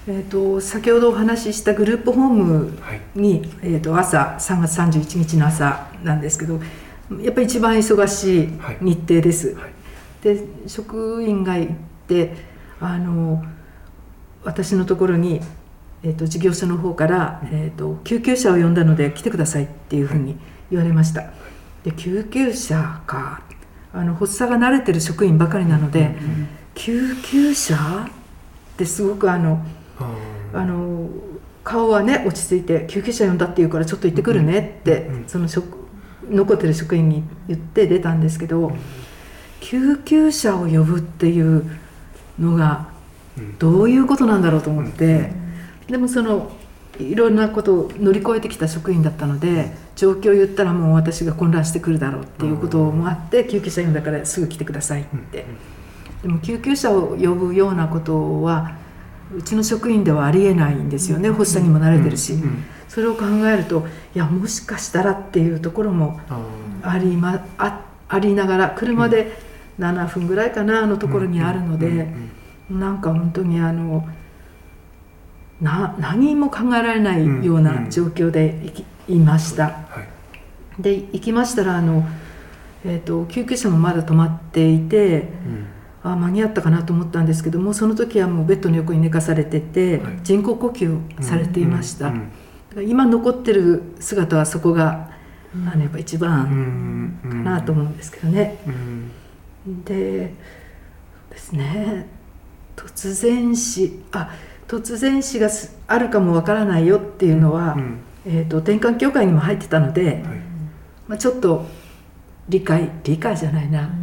えー、と先ほどお話ししたグループホームに、はい、えー、と朝さんがつさんじゅういちにちの朝なんですけど、やっぱり一番忙しい日程です、はいはい、で職員がいてあの私のところに、えー、と事業所の方から、えー、と救急車を呼んだので来てくださいっていうふうに言われました。で救急車か、あの発作が慣れてる職員ばかりなので、うん、救急車ってすごくあのあの顔はね落ち着いて救急車呼んだって言うからちょっと行ってくるねって、うん、その職残ってる職員に言って出たんですけど、うん、救急車を呼ぶっていうのがどういうことなんだろうと思って、うん、でもそのいろんなことを乗り越えてきた職員だったので、状況を言ったらもう私が混乱してくるだろうっていうこともあって、救急車呼んだからすぐ来てくださいって。でも救急車を呼ぶようなことはうちの職員ではありえないんですよね。発作にも慣れてるし、それを考えると、いやもしかしたらっていうところもあり、ま、あ, ありながら、車でななふんぐらいかなのところにあるので、なんか本当にあのな何も考えられないような状況でいき、いました。で行きましたらあの、えーと、救急車もまだ止まっていて、うん、あ間に合ったかなと思ったんですけども、その時はもうベッドの横に寝かされてて、はい、人工呼吸をされていました。うんうんうん、だから今残ってる姿はそこが、うん、あのやっぱ一番かなと思うんですけどね。うんうん、でですね、突然死あ突然死があるかもわからないよっていうのは、うん、えーと、転換協会にも入ってたので、はい、まあ、ちょっと理解理解じゃないな、うん、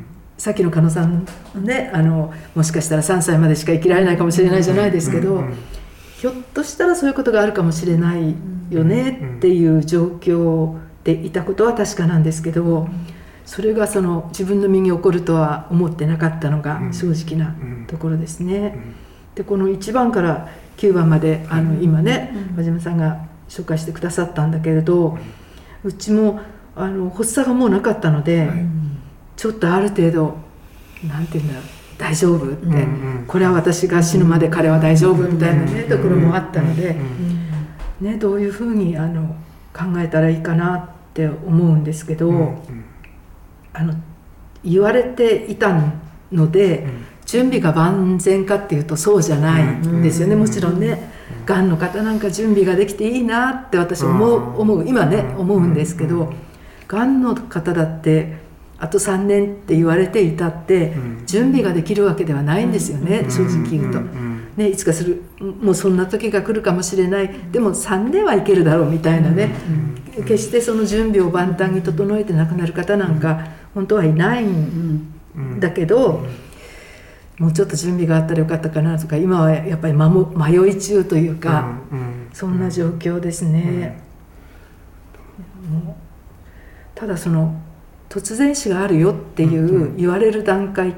さっきの加納さんね、あのもしかしたらさんさいまでしか生きられないかもしれないじゃないですけど、うんうん、ひょっとしたらそういうことがあるかもしれないよねっていう状況でいたことは確かなんですけど、それがその自分の身に起こるとは思ってなかったのが正直なところですね。でこのいちばんからきゅうばんまであの今ね和島さんが紹介してくださったんだけれど、うちもあの発作がもうなかったので、ちょっとある程度なんていうんだろう、大丈夫って、これは私が死ぬまで彼は大丈夫みたいなねところもあったので、ね、どういうふうにあの考えたらいいかなって思うんですけど、あの言われていたので、準備が万全かっていうとそうじゃないんですよね。もちろんね、がんの方なんか準備ができていいなって私思う、思う今ね思うんですけど、がんの方だってあとさんねんって言われていたって準備ができるわけではないんですよね、正直言うとね。いつかするもうそんな時が来るかもしれない、でもさんねんはいけるだろうみたいなね、決してその準備を万端に整えて亡くなる方なんか本当はいないんだけど、もうちょっと準備があったらよかったかなとか、今はやっぱり迷い中というか、そんな状況ですね。もうただその突然死があるよっていう言われる段階って、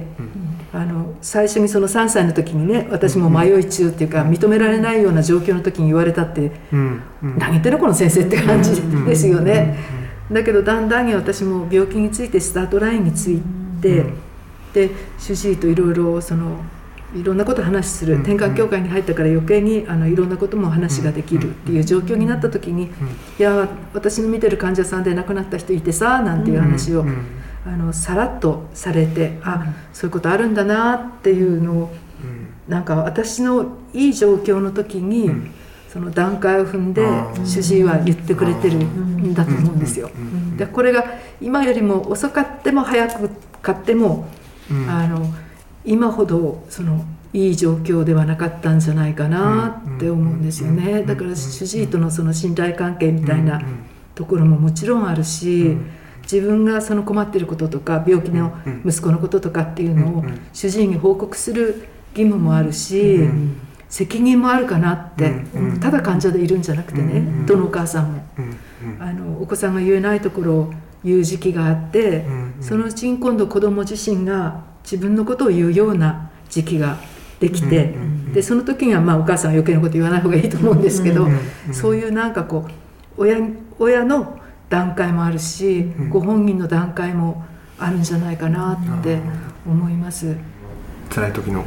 あの最初にそのさんさいの時にね、私も迷い中っていうか認められないような状況の時に言われたって、何言ってるのこの先生って感じですよね。だけどだんだんに私も病気についてスタートラインについて、で主治医といろいろそのいろんなことを話する、転換協会に入ったから余計にあのいろんなことも話ができるっていう状況になった時に、いや私の見てる患者さんで亡くなった人いてさなんていう話をあのさらっとされて、あそういうことあるんだなっていうのを、なんか私のいい状況の時にその段階を踏んで主治医は言ってくれてるんだと思うんですよ。でこれが今よりも遅かっても早かっても、あの今ほどそのいい状況ではなかったんじゃないかなって思うんですよね。だから主治医とのその信頼関係みたいなところももちろんあるし、自分がその困っていることとか病気の息子のこととかっていうのを主治医に報告する義務もあるし、責任もあるかなって、ただ患者でいるんじゃなくてね、どのお母さんもあのお子さんが言えないところを言う時期があって、そのうちに今度子ども自身が自分のことを言うような時期ができて、でその時にはまあお母さんは余計なこと言わない方がいいと思うんですけど、そういうなんかこう 親, 親の段階もあるし、ご本人の段階もあるんじゃないかなって思います。 辛い時の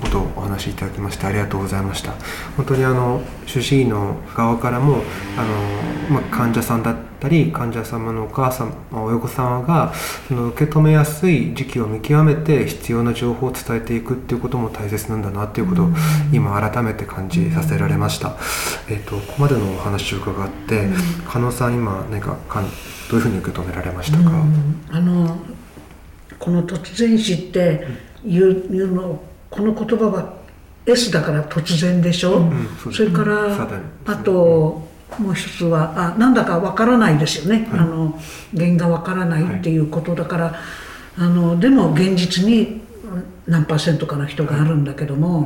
ことをお話しいただきましてありがとうございました。本当にあの主治医の側からもあの、まあ、患者さんだったり患者様のお母様親御様がその受け止めやすい時期を見極めて必要な情報を伝えていくっていうことも大切なんだなっていうことを今改めて感じさせられました。えーと、ここまでのお話を伺って加納さん今何かかんどういうふうに受け止められましたか？ あのこの突然死っていう、いうのこの言葉は S だから突然でしょ、うん、そ, それから、うん、あと、もう一つはあなんだかわからないですよね、はい、あの原因がわからないっていうことだから、はい、あのでも現実に何パーセントかの人があるんだけども、はい、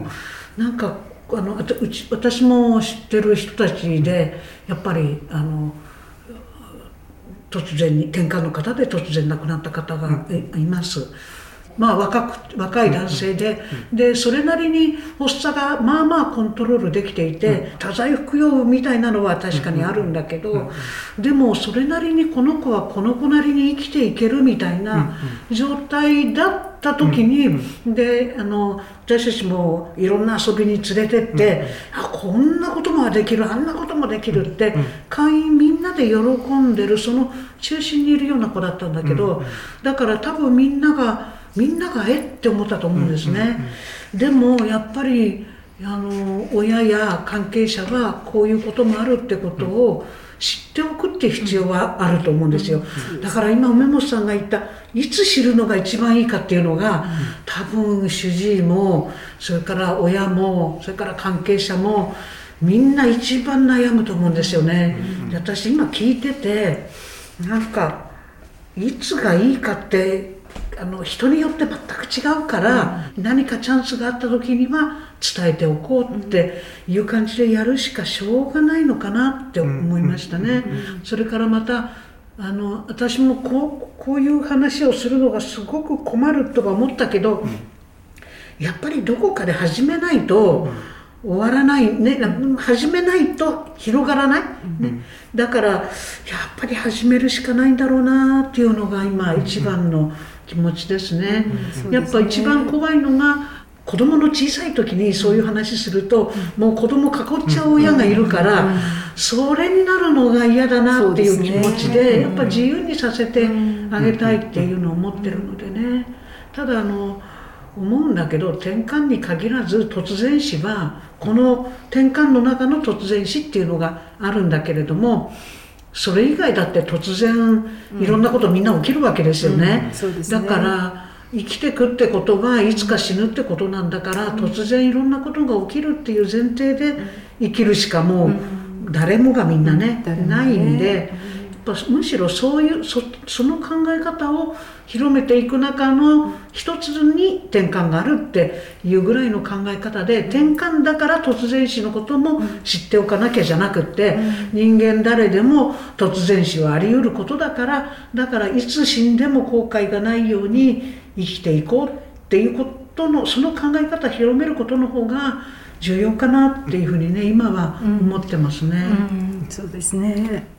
なんかあのうち私も知ってる人たちでやっぱりあの突然に転換の方で突然亡くなった方がいます。まあ、若く若い男性で、でそれなりに発作がまあまあコントロールできていて、多剤服用みたいなのは確かにあるんだけど、でもそれなりにこの子はこの子なりに生きていけるみたいな状態だった時に、であの私たちもいろんな遊びに連れてって、あこんなこともできるあんなこともできるって会員みんなで喜んでるその中心にいるような子だったんだけど、だから多分みんながみんながえって思ったと思うんですね。でもやっぱりあの親や関係者がこういうこともあるってことを知っておくっていう必要はあると思うんですよ。だから今梅本さんが言ったいつ知るのが一番いいかっていうのが多分主治医もそれから親もそれから関係者もみんな一番悩むと思うんですよね。で私今聞いててなんかいつがいいかってあの人によって全く違うから、うん、何かチャンスがあった時には伝えておこうっていう感じでやるしかしょうがないのかなって思いましたね。それからまたあの私もこう、こういう話をするのがすごく困るとは思ったけど、うん、やっぱりどこかで始めないと、うん、終わらないね、始めないと広がらない、ね、うん、だからやっぱり始めるしかないんだろうなっていうのが今一番の気持ちですね。うん、やっぱ一番怖いのが子供の小さい時にそういう話すると、うん、もう子供囲っちゃう親がいるから、うん、それになるのが嫌だなっていう気持ちで、ね、やっぱ自由にさせてあげたいっていうのを思ってるのでね。ただあの思うんだけど転換に限らず突然死はこの転換の中の突然死っていうのがあるんだけれども、それ以外だって突然いろんなことみんな起きるわけですよね。うんうん、だから生きてくってことはいつか死ぬってことなんだから、うん、突然いろんなことが起きるっていう前提で生きるしかもう誰もがみんなね、うん、ないんで、やっぱむしろそういう そ, その考え方を広めていく中の一つに転換があるっていうぐらいの考え方で、転換だから突然死のことも知っておかなきゃじゃなくって、人間誰でも突然死はあり得ることだから、だからいつ死んでも後悔がないように生きていこうっていうことの、その考え方を広めることの方が重要かなっていうふうにね今は思ってますね。 うんうん、そうですね。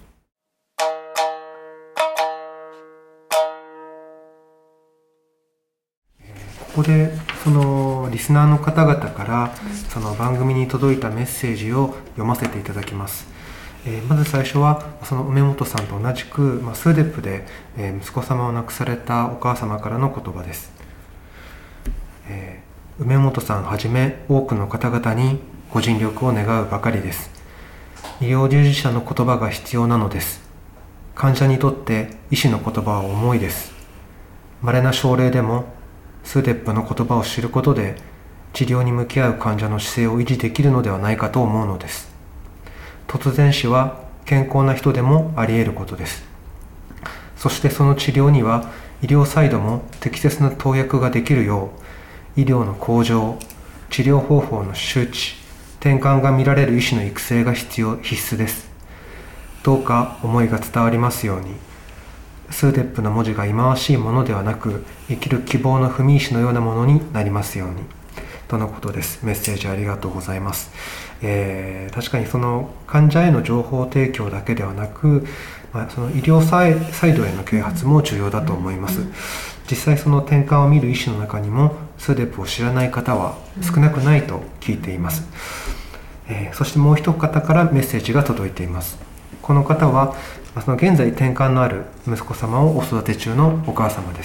ここでそのリスナーの方々からその番組に届いたメッセージを読ませていただきます。えー、まず最初はその梅本さんと同じく、まあ、スーデップで、えー、息子様を亡くされたお母様からの言葉です。えー、梅本さんはじめ多くの方々にご尽力を願うばかりです。医療従事者の言葉が必要なのです。患者にとって医師の言葉は重いです。稀な症例でもスーデップの言葉を知ることで治療に向き合う患者の姿勢を維持できるのではないかと思うのです。突然死は健康な人でもあり得ることです。そしてその治療には医療サイドも適切な投薬ができるよう、医療の向上、治療方法の周知、転換が見られる医師の育成が必要必須です。どうか思いが伝わりますように。スーデップの文字が忌まわしいものではなく、生きる希望の踏み石のようなものになりますように、とのことです。メッセージありがとうございます。えー、確かにその患者への情報提供だけではなく、まあ、その医療サイドへの啓発も重要だと思います。 実際その転換を見る医師の中にもスーデップを知らない方は少なくないと聞いています、うんえー、そしてもう一方からメッセージが届いています。この方はその現在転換のある息子様をお育て中のお母様です。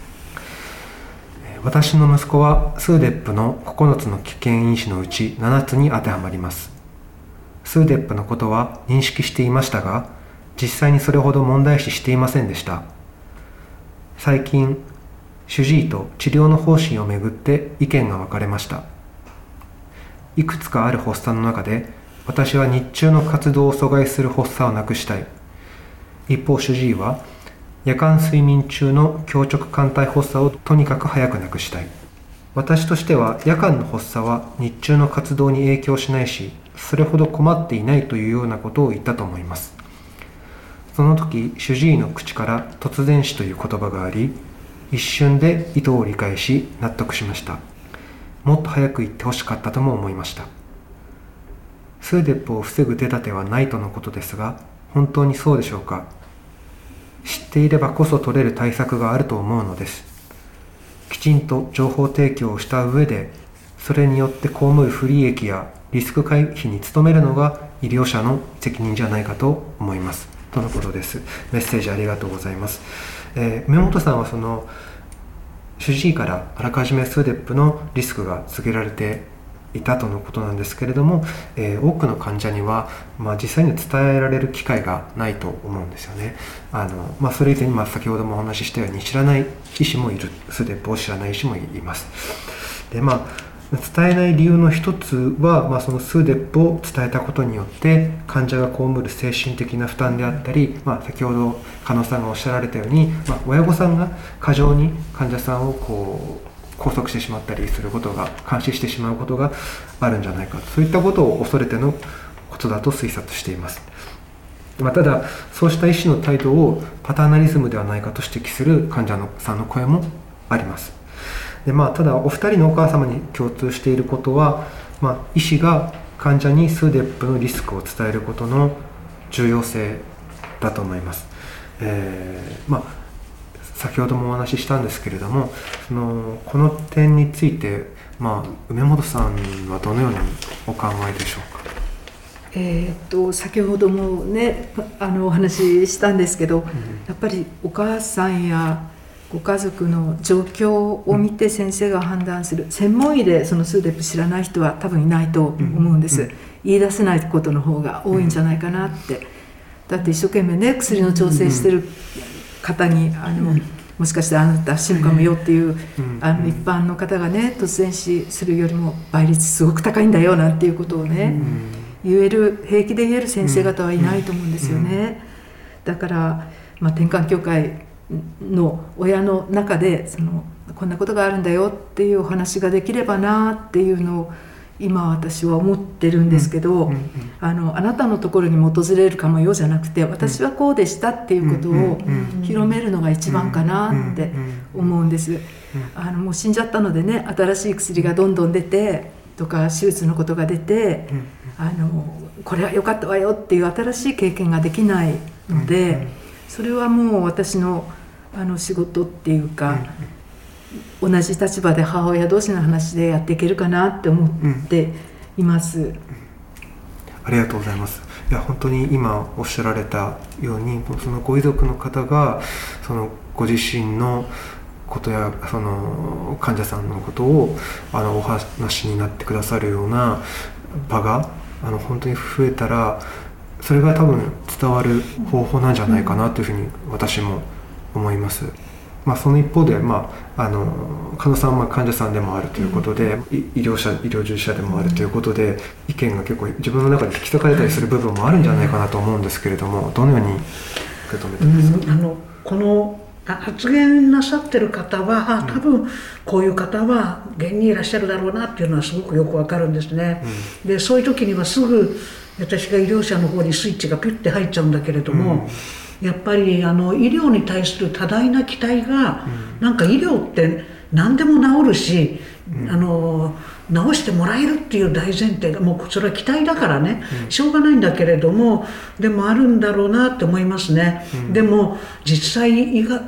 私の息子はスーデップのここのつの危険因子のうちななつに当てはまります。スーデップのことは認識していましたが、実際にそれほど問題視していませんでした。最近、主治医と治療の方針をめぐって意見が分かれました。いくつかある発作の中で、私は日中の活動を阻害する発作をなくしたい。一方、主治医は、夜間睡眠中の強直肝体発作をとにかく早くなくしたい。私としては夜間の発作は日中の活動に影響しないし、それほど困っていないというようなことを言ったと思います。その時、主治医の口から突然死という言葉があり、一瞬で意図を理解し納得しました。もっと早く言ってほしかったとも思いました。スーデップを防ぐ手立てはないとのことですが、本当にそうでしょうか。知っていればこそ取れる対策があると思うのです。きちんと情報提供をした上で、それによって被る不利益やリスク回避に努めるのが医療者の責任じゃないかと思います。とのことです。メッセージありがとうございます。えー、梅本さんはその主治医からあらかじめスーデップのリスクが告げられていたとのことなんですけれども、えー、多くの患者には、まあ、実際に伝えられる機会がないと思うんですよね。あの、まあ、それ以前に、まあ、先ほどもお話ししたように知らない医師もいる、スーデップを知らない医師もいます。で、まあ伝えない理由の一つは、まあ、そのスーデップを伝えたことによって患者が被る精神的な負担であったり、まあ、先ほど加納さんがおっしゃられたように、まあ、親御さんが過剰に患者さんをこう拘束してしまったりすることが、監視してしまうことがあるんじゃないかと、そういったことを恐れてのことだと推察しています。まあ、ただそうした医師の態度をパターナリズムではないかと指摘する患者さんの声もあります。でまあ、ただお二人のお母様に共通していることは、まあ、医師が患者にスーデップのリスクを伝えることの重要性だと思います。えーまあ、先ほどもお話ししたんですけれども、そのこの点について、まあ、梅本さんはどのようにお考えでしょうか。 えー、っと先ほどもねあのお話ししたんですけど、うん、やっぱりお母さんやご家族の状況を見て先生が判断する、専門医でそのスーデップ知らない人は多分いないと思うんです、うんうん、言い出せないことの方が多いんじゃないかなって。だって一生懸命ね薬の調整してる方にあのもしかしてあなた死ぬかもよっていうあの一般の方がね突然死するよりも倍率すごく高いんだよなんていうことをね言える、平気で言える先生方はいないと思うんですよね。だから、まあ、転換協会の親の中でそのこんなことがあるんだよっていうお話ができればなっていうのを今私は思ってるんですけど、うんうんうん、あのあなたのところにも訪れるかもよじゃなくて、私はこうでしたっていうことを広めるのが一番かなって思うんです。あのもう死んじゃったのでね、新しい薬がどんどん出てとか手術のことが出て、あのこれは良かったわよっていう新しい経験ができないので、それはもう私のあの仕事っていうか、同じ立場で母親同士の話でやっていけるかなって思っています、うんうん、 ありがとうございます。いや本当に今おっしゃられたように、そのご遺族の方がそのご自身のことやその患者さんのことをあのお話になってくださるような場があの本当に増えたら、それが多分伝わる方法なんじゃないかなというふうに私も思います。まあ、その一方で、まあ、あの加納さんは患者さんでもあるということで、うん、医療者、医療従事者でもあるということで、意見が結構自分の中で引き裂かれたりする部分もあるんじゃないかなと思うんですけれども、どのように受け止めてますか。 うん、あのこの発言なさってる方は多分こういう方は現にいらっしゃるだろうなっていうのはすごくよくわかるんですね、うん、でそういう時にはすぐ私が医療者の方にスイッチがピュッて入っちゃうんだけれども、うん、やっぱりあの医療に対する多大な期待が、うん、なんか医療って何でも治るし、うん、あの治してもらえるっていう大前提がもうそれは期待だからね、うん、しょうがないんだけれどもでもあるんだろうなって思いますね、うん、でも実際医が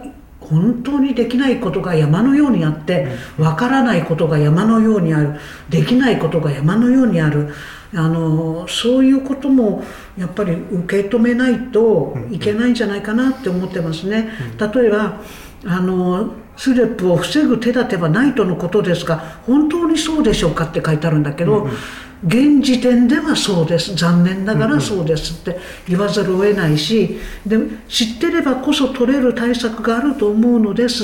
本当にできないことが山のようにあって、わからないことが山のようにある、できないことが山のようにある、あのそういうこともやっぱり受け止めないといけないんじゃないかなって思ってますね。例えばあのスレップを防ぐ手立てはないとのことですが、本当にそうでしょうかって書いてあるんだけど、現時点ではそうです、残念ながらそうですって言わざるを得ないし、で知ってればこそ取れる対策があると思うのですって、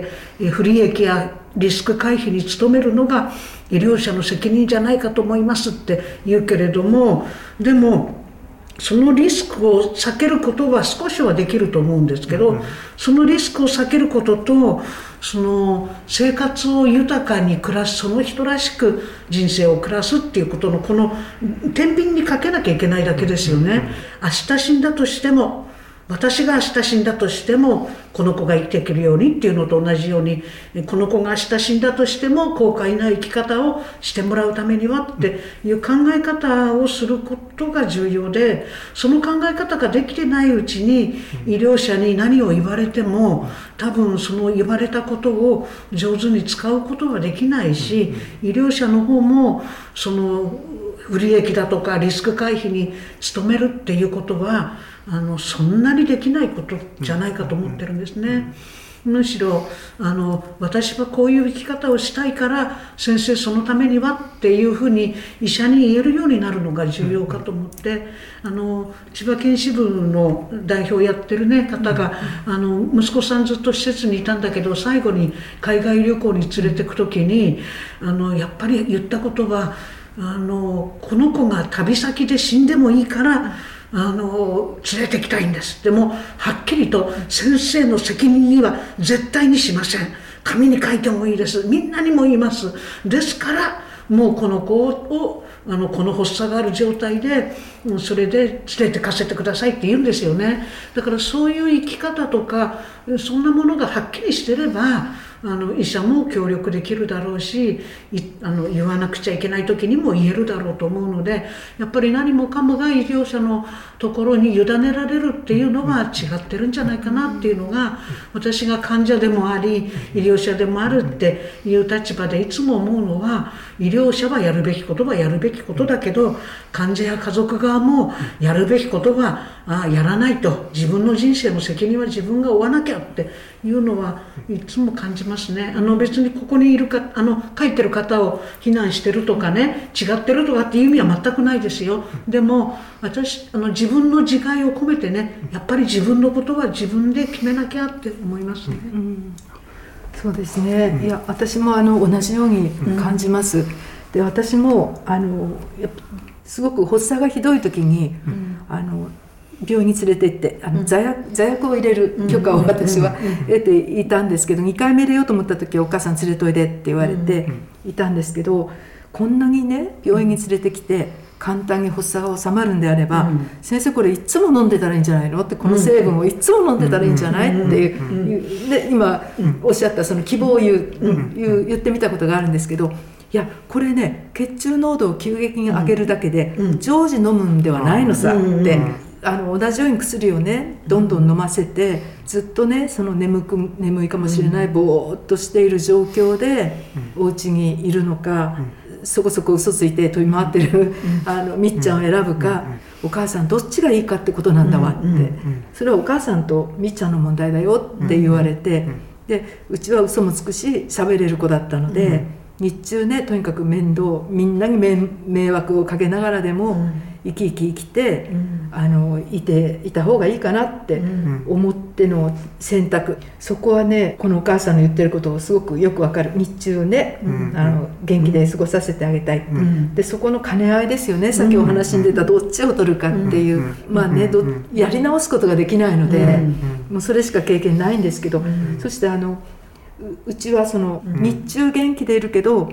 不利益やリスク回避に努めるのが医療者の責任じゃないかと思いますって言うけれども、でもそのリスクを避けることは少しはできると思うんですけど、そのリスクを避けることと、その生活を豊かに暮らす、その人らしく人生を暮らすっていうことのこの天秤にかけなきゃいけないだけですよね。明日死んだとしても、私が明日死んだとしてもこの子が生きていけるようにっていうのと同じように、この子が明日死んだとしても後悔ない生き方をしてもらうためにはっていう考え方をすることが重要で、その考え方ができてないうちに医療者に何を言われても多分その言われたことを上手に使うことはできないし、医療者の方もその不利益だとかリスク回避に努めるっていうことはあのそんなにできないことじゃないかと思ってるんですね。むしろあの私はこういう生き方をしたいから先生そのためにはっていうふうに医者に言えるようになるのが重要かと思って、あの千葉県支部の代表をやってる、ね、方があの息子さんずっと施設にいたんだけど最後に海外旅行に連れてく時にあのやっぱり言ったことはあのこの子が旅先で死んでもいいからあの連れてきたいんです。でもはっきりと先生の責任には絶対にしません。紙に書いてもいいです。みんなにも言います。ですからもうこの子をあのこの発作がある状態でそれで連れてかせてくださいって言うんですよね。だからそういう生き方とかそんなものがはっきりしてればあの医者も協力できるだろうし、あの言わなくちゃいけない時にも言えるだろうと思うので、やっぱり何もかもが医療者のところに委ねられるっていうのは違ってるんじゃないかなっていうのが、私が患者でもあり医療者でもあるっていう立場でいつも思うのは、医療者はやるべきことはやるべきことだけど患者や家族側もやるべきことはあやらないと、自分の人生の責任は自分が負わなきゃっていうのはいつも感じますね。あの別にここにいるかあの書いてる方を非難してるとかね、違ってるとかっていう意味は全くないですよ。でも私あの自分の自戒を込めてね、やっぱり自分のことは自分で決めなきゃって思いますね。 うん、そうですね、うん、いや私もあの同じように感じます、うん、で私もあのやっぱすごく発作がひどい時に、うん、あの病院に連れて行ってあの座薬、座薬を入れる許可を私は得ていたんですけど、にかいめ入れようと思った時はお母さん連れといでって言われていたんですけど、こんなにね病院に連れてきて簡単に発作が治まるんであれば、うん、先生これいつも飲んでたらいいんじゃないのって、この成分をいつも飲んでたらいいんじゃない、うん、っていう、で今、うん、おっしゃったその希望を言う、うん、言う言ってみたことがあるんですけど、いやこれね血中濃度を急激に上げるだけで、うん、常時飲むんではないのさって、うん、あの同じように薬をねどんどん飲ませてずっとねその眠く眠いかもしれない、うん、ぼーっとしている状況で、うん、お家にいるのか、うん、そこそこ嘘ついて飛び回ってる、うん、あのみっちゃんを選ぶか、うん、お母さんどっちがいいかってことなんだわって、うん、それはお母さんとみっちゃんの問題だよって言われて、うん、でうちは嘘もつくし喋れる子だったので、うん、日中ねとにかく面倒みんなに迷惑をかけながらでも、うん生き生き生きて、うん、あのいていた方がいいかなって思っての選択、うん、そこはねこのお母さんの言ってることをすごくよくわかる。日中ね、うん、あの元気で過ごさせてあげたい、うん、でそこの兼ね合いですよね。さっきお話に出たどっちを取るかっていう、うん、まあねどやり直すことができないので、うん、もうそれしか経験ないんですけど、うん、そしてあのうちはその日中元気でいるけど、うん、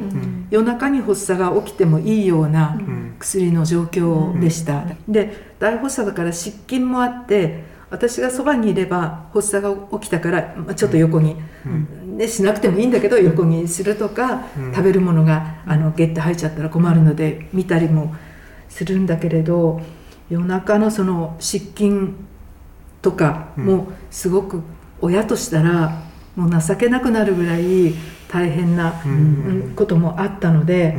夜中に発作が起きてもいいような薬の状況でした、うん、で大発作だから失禁もあって私がそばにいれば発作が起きたから、まあ、ちょっと横に、うんね、しなくてもいいんだけど横にするとか、うん、食べるものがあのゲッて入っちゃったら困るので見たりもするんだけれど、夜中のその失禁とかもすごく親としたらもう情けなくなるぐらい大変な、 うんうんこともあったので、 うん、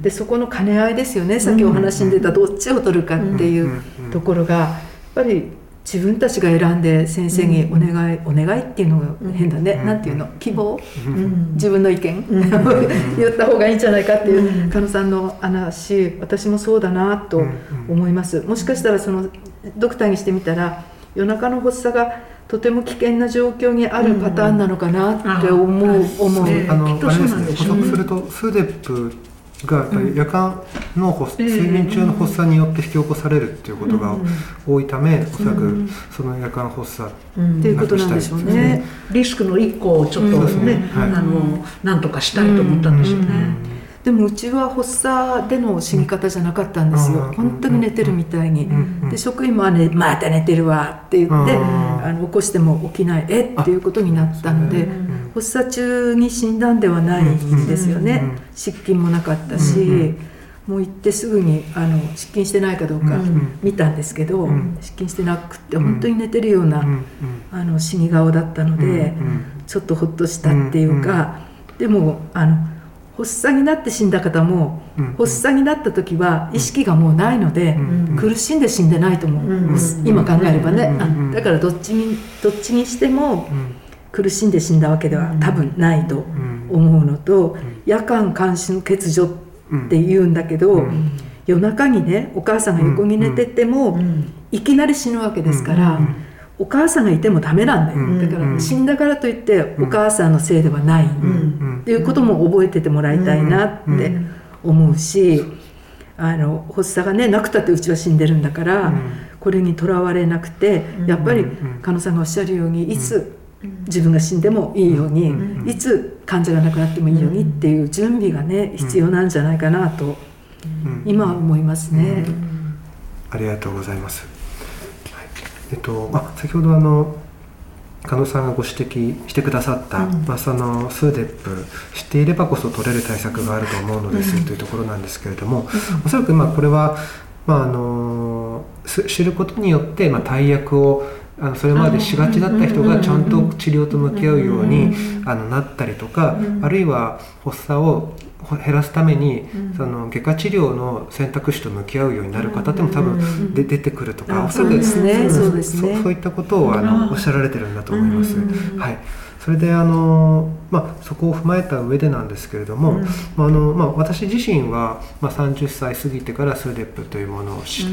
でそこの兼ね合いですよね、さっきお話に出たどっちを取るかっていうところがやっぱり自分たちが選んで先生にお願い、お願いっていうのが変だね、なんていうの、希望、自分の意見言った方がいいんじゃないかっていう狩野さんの話、私もそうだなと思います。もしかしたらそのドクターにしてみたら夜中の発作がとても危険な状況にあるパターンなのかなって思う、思う。 あのあれですね、補足するとスーデップがやっぱり夜間の発、睡眠中の発作によって引き起こされるっていうことが多いため、おそらくその夜間発作っていうことなんでしょうね。 リスクの一個をちょっとね、あのなんとかしたいと思ったんでしょうね。 でもうちは発作での死に方じゃなかったんですよ。本当に寝てるみたいに。で職員もね、また寝てるわって言って、あの起こしても起きない、えっていうことになったので、発作中に死んだんではないんですよね。失禁もなかったし、もう行ってすぐにあの失禁してないかどうか見たんですけど、失禁してなくって本当に寝てるようなあの死に顔だったので、ちょっとほっとしたっていうか、でもあの発作になって死んだ方も、発作になった時は意識がもうないので、苦しんで死んでないと思う、今考えればね。だからどっちにどっちにしても苦しんで死んだわけでは多分ないと思うのと、夜間監視の欠如って言うんだけど、夜中にねお母さんが横に寝ててもいきなり死ぬわけですから、お母さんがいてもダメなんだよ、うん、だから死んだからといってお母さんのせいではない、うん、っていうことも覚えててもらいたいなって思うし、あの発作がねなくたってうちは死んでるんだから、うん、これにとらわれなくて、やっぱり狩野さんがおっしゃるように、いつ自分が死んでもいいように、うん、いつ患者が亡くなってもいいようにっていう準備がね必要なんじゃないかなと、うん、今は思いますね、うん、 ありがとうございます。えっとまあ、先ほどあの狩野さんがご指摘してくださった、うんまあ、そのスーデップ知っていればこそ取れる対策があると思うのです、うん、というところなんですけれども、うん、おそらくまあこれは、まあ、あの知ることによって、まあ、大役をあのそれまでしがちだった人がちゃんと治療と向き合うようにあのなったりとか、あるいは発作を減らすために、うん、その外科治療の選択肢と向き合うようになる方っても多分で、うん、出てくるとか、 そうですね、そうですね、 そういったことをあのおっしゃられてるんだと思います。はい、それであの、まあ、そこを踏まえた上でなんですけれども、うんあのまあ、私自身は、まあ、さんじゅっさい過ぎてからスーデップというものを知って、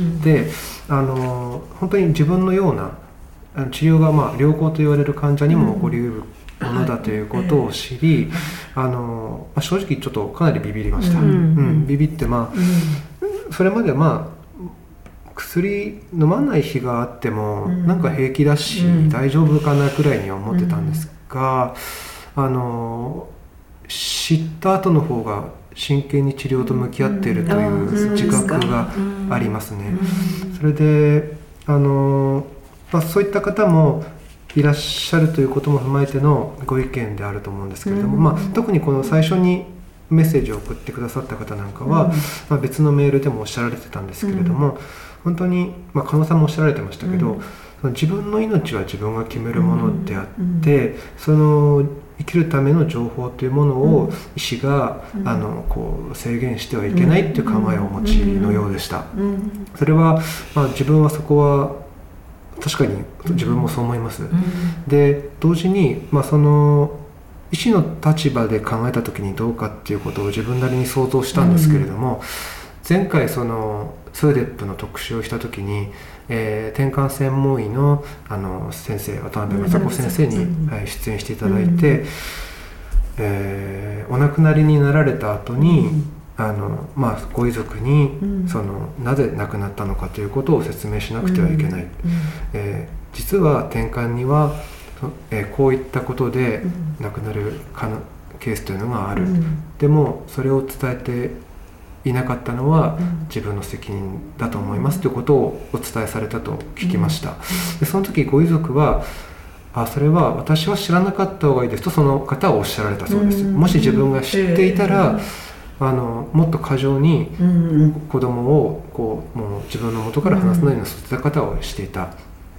うん、あの本当に自分のような治療がまあ良好と言われる患者にも起こりうるものだということを知り、あのまあ、正直ちょっとかなりビビりました、うんうん、ビビって、まあうん、それまではまあ薬飲まない日があっても、うん、なんか平気だし、うん、大丈夫かなくらいには思ってたんですが、うん、あの知った後の方が真剣に治療と向き合っているという自覚がありますね。それであのまあ、そういった方もいらっしゃるということも踏まえてのご意見であると思うんですけれども、うんまあ、特にこの最初にメッセージを送ってくださった方なんかは、うんまあ、別のメールでもおっしゃられてたんですけれども、うん、本当に、まあ、狩野さんもおっしゃられてましたけど、うん、その自分の命は自分が決めるものであって、うん、その生きるための情報というものを医師が、うん、あのこう制限してはいけないという考えをお持ちのようでした。それは、まあ、自分はそこは確かに自分もそう思います、うん、で同時に、まあ、その医師の立場で考えた時にどうかっていうことを自分なりに想像したんですけれども、うん、前回そのスーデップの特集をした時に、えー、転換専門医 の, あの先生渡辺雅子先生に、うんはい、出演していただいて、うんえー、お亡くなりになられた後に、うんあのまあ、ご遺族に、うん、そのなぜ亡くなったのかということを説明しなくてはいけない、うんえー、実は転換には、えー、こういったことで亡くなるかなケースというのがある、うん、でもそれを伝えていなかったのは自分の責任だと思いますということをお伝えされたと聞きました、でその時ご遺族はあそれは私は知らなかった方がいいですとその方はおっしゃられたそうです、うん、もし自分が知っていたら、うんあのもっと過剰に子供をこうもう自分の元から離さないような育て方をしていた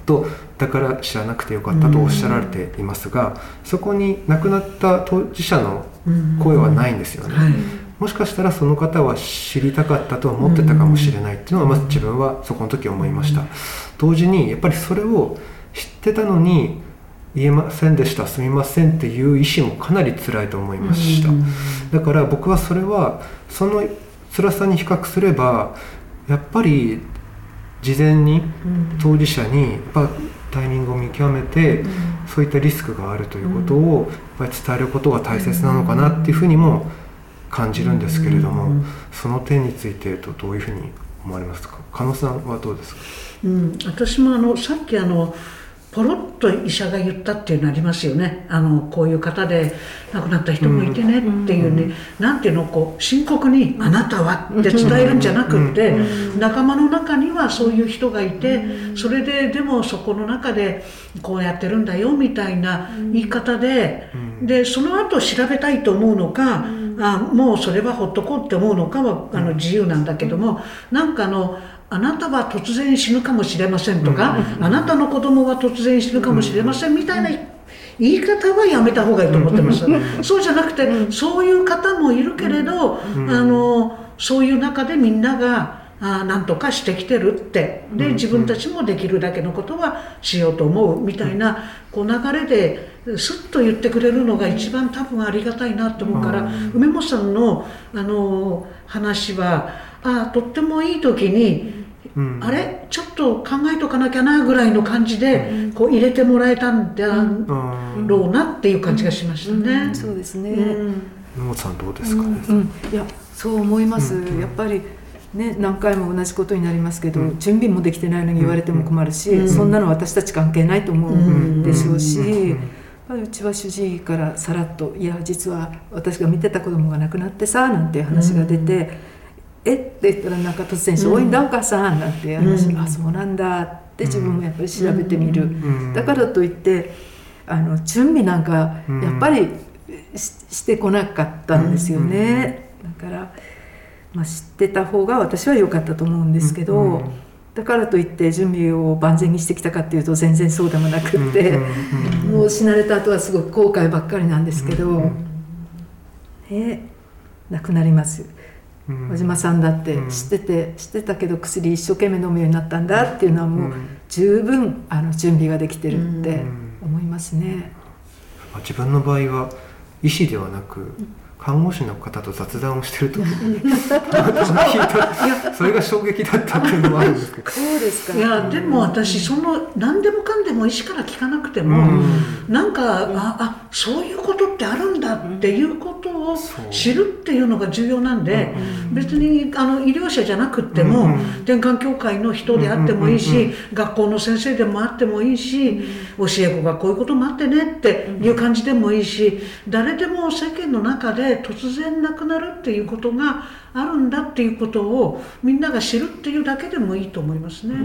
とだから知らなくてよかったとおっしゃられていますが、そこに亡くなった当事者の声はないんですよね。 はい、 もしかしたらその方は知りたかったと思ってたかもしれないっていうのはまず自分はそこの時思いました。同時にやっぱりそれを知ってたのに言えませんでした、すみませんっていう意思もかなり辛いと思いました。だから僕はそれはその辛さに比較すればやっぱり事前に当事者にやっぱタイミングを見極めてそういったリスクがあるということをやっぱり伝えることが大切なのかなっていうふうにも感じるんですけれども、その点についてどういうふうに思われますか。加納さんはどうですか。 うん、私もあのさっきあのポロッと医者が言ったっていうのありますよね。あのこういう方で亡くなった人もいてねっていうね、うん、なんていうのこう深刻にあなたはって伝えるんじゃなくって、仲間の中にはそういう人がいて、それででもそこの中でこうやってるんだよみたいな言い方で、でその後調べたいと思うのか、あもうそれはほっとこうって思うのかはあの自由なんだけども、なんかあのあなたは突然死ぬかもしれませんとか、あなたの子供は突然死ぬかもしれませんみたいな言い方はやめた方がいいと思ってます。そうじゃなくて、そういう方もいるけれど、あのそういう中でみんながあ何とかしてきてるって、で自分たちもできるだけのことはしようと思うみたいなこう流れですっと言ってくれるのが一番多分ありがたいなと思うから、梅本さんのあの話はあとってもいい時に、うん、あれちょっと考えとかなきゃなぐらいの感じでこう入れてもらえたんだろうなっていう感じがしましたね。 うんうん、そうですね。 梅本さんどうですかね。 うんうん、いやそう思います。うんうん、やっぱりね、何回も同じことになりますけど、うん、準備もできてないのに言われても困るし、うん、そんなの私たち関係ないと思うでしょうし、うんうん、やっぱりうちは主治医からさらっといや実は私が見てた子供が亡くなってさなんていう話が出て、うん、えって言ったらなんか突然「おいんだお母さん」なんて話、うん、あそうなんだって自分もやっぱり調べてみる、うん、だからといってあの準備なんかやっぱり し, してこなかったんですよね、うん、だからまあ、知ってた方が私は良かったと思うんですけど、うんうん、だからといって準備を万全にしてきたかっていうと全然そうでもなくって、うんうん、もう死なれた後はすごく後悔ばっかりなんですけど、うんうん、ね、亡くなります、うん、小島さんだって知ってて知ってたけど薬一生懸命飲むようになったんだっていうのはもう十分あの準備ができてるって思いますね、 うん、自分の場合は医師ではなく、うん、看護師の方と雑談をしてる時にたまたま聞いたそれが衝撃だったっていうのもあるんですけど。 そうですか。 いやでも私その何でもかんでも医師から聞かなくても、うん、なんか、うん、ああそういうことってあるんだっていうことを知るっていうのが重要なんで、うん、別にあの医療者じゃなくっても、うん、転換協会の人であってもいいし、うんうんうん、学校の先生でもあってもいいし、うん、教え子がこういうこともあってねっていう感じでもいいし、誰でも世間の中で突然亡くなるっていうことがあるんだっていうことをみんなが知るっていうだけでもいいと思いますね、うんうん、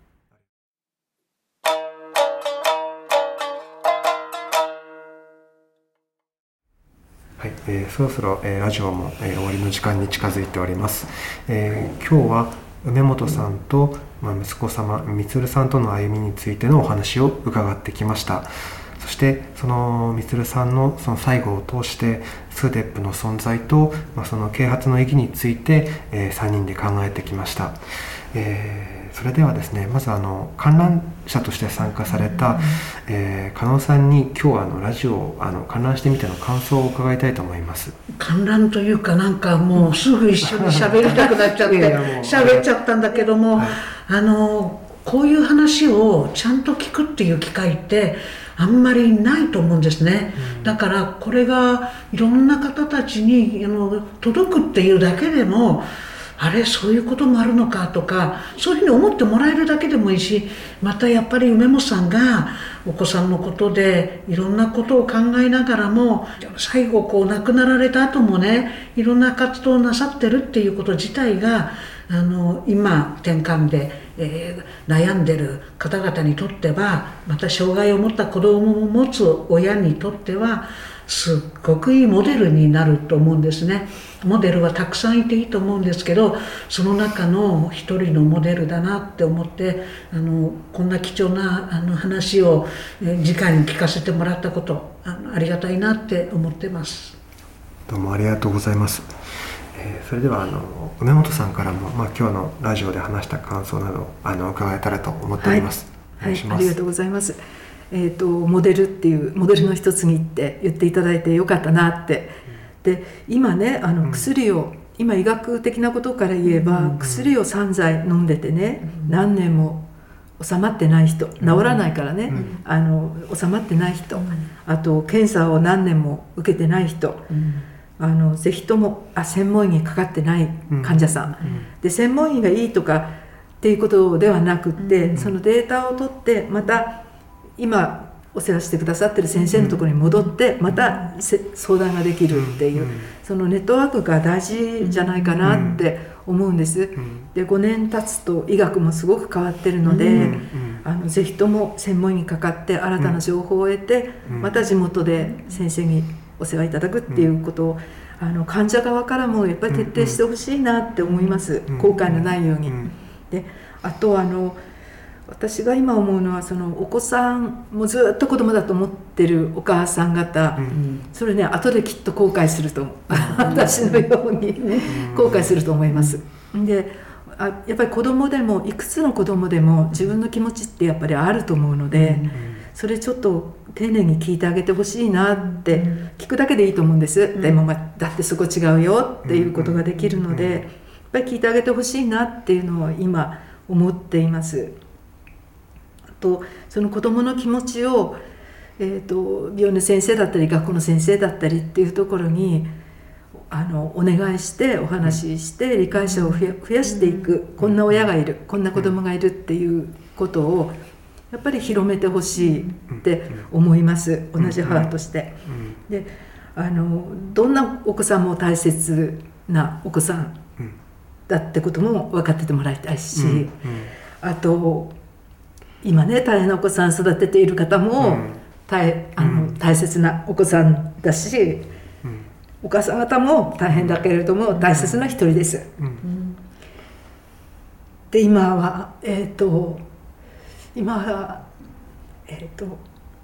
はい、えー、そろそろ、えー、ラジオも、えー、終わりの時間に近づいております、えー、今日は梅本さんと、まあ、息子様充さんとの歩みについてのお話を伺ってきました。そしてその充さんのその最後を通してスーデップの存在と、まあ、その啓発の意義について、えー、さんにんで考えてきました、えー、それではですね、まずあの観覧者として参加された、えー、加納さんに今日はあのラジオをあの観覧してみての感想を伺いたいと思います。 観覧というかなんかもうすぐ一緒に喋りたくなっちゃって喋っちゃったんだけども、はい、あのこういう話をちゃんと聞くっていう機会ってあんまりないと思うんですね、うん、だからこれがいろんな方たちにあの届くっていうだけでもあれそういうこともあるのかとかそういうふうに思ってもらえるだけでもいいし、またやっぱり梅本さんがお子さんのことでいろんなことを考えながらも最後こう亡くなられた後もねいろんな活動をなさってるっていうこと自体があの今転換で、えー、悩んでる方々にとってはまた障害を持った子供を持つ親にとってはすっごくいいモデルになると思うんですね。モデルはたくさんいていいと思うんですけど、その中の一人のモデルだなって思って、あのこんな貴重なあの話を、え次回に聞かせてもらったこと、あのありがたいなって思ってます。 どうもありがとうございます。えー、それではあの梅本さんからも、まあ、今日のラジオで話した感想などあの伺えたらと思っております。 はい、はい、ありがとうございます。えーと、モデルっていうモデルの一つにって言っていただいてよかったなって、うん、で今ねあの薬を、うん、今医学的なことから言えば、うん、薬をさんざい飲んでてね、うん、何年も収まってない人、治らないからね、うん、あの収まってない人、うん、あと検査を何年も受けてない人、うん、あのぜひともあ専門医にかかってない患者さん、うん、で専門医がいいとかっていうことではなくって、うん、そのデータを取ってまた今お世話してくださってる先生のところに戻ってまた相談ができるっていう、そのネットワークが大事じゃないかなって思うんです。でごねん経つと医学もすごく変わってるので、あのぜひとも専門医にかかって新たな情報を得てまた地元で先生にお世話いただくっていうことをあの患者側からもやっぱり徹底してほしいなって思います。後悔のないように。であとあの私が今思うのはそのお子さんもずっと子供だと思ってるお母さん方、うん、それね後できっと後悔すると思う私のように、ね、後悔すると思います。であやっぱり子供でもいくつの子供でも自分の気持ちってやっぱりあると思うので、うん、それちょっと丁寧に聞いてあげてほしいなって聞くだけでいいと思うんです、うん、でも、まあ、だってそこ違うよっていうことができるのでやっぱり聞いてあげてほしいなっていうのを今思っています。とその子どもの気持ちを、えーと、病院の先生だったり学校の先生だったりっていうところにあのお願いしてお話しして理解者を増や、増やしていく、こんな親がいるこんな子どもがいるっていうことをやっぱり広めてほしいって思います、同じ母として。であのどんなお子さんも大切なお子さんだってことも分かっててもらいたいし、あと今ね大変なお子さん育てている方も、うん、大, あの大切なお子さんだし、うん、お母さん方も大変だけれども大切な一人です、うん、で今はえっ、ー、と今はえっ、ー、と、うん、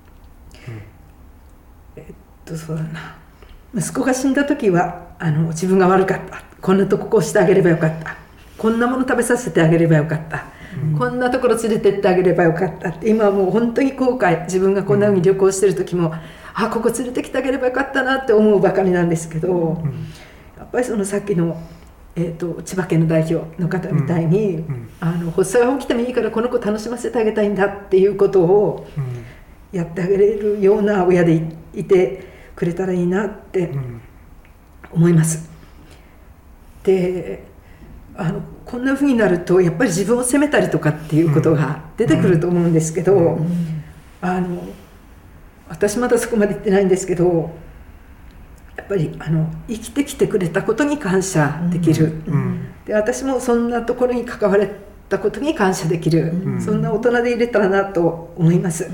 えっ、ー、とそうだな息子が死んだ時はあの自分が悪かった、こんなとここうしてあげればよかった、こんなもの食べさせてあげればよかった、うん、こんなところ連れてってあげればよかったって今はもう本当に後悔、自分がこんな風に旅行してる時も、うん、あここ連れてきてあげればよかったなって思うばかりなんですけど、うん、やっぱりそのさっきの、えーと、千葉県の代表の方みたいに、うん、あの発作が起きてもいいからこの子楽しませてあげたいんだっていうことをやってあげれるような親で い, いてくれたらいいなって思います。であのこんな風になるとやっぱり自分を責めたりとかっていうことが出てくると思うんですけど、うんうん、あの私まだそこまで言ってないんですけどやっぱりあの生きてきてくれたことに感謝できる、うん、で私もそんなところに関われたことに感謝できる、うん、そんな大人でいれたらなと思います、うん、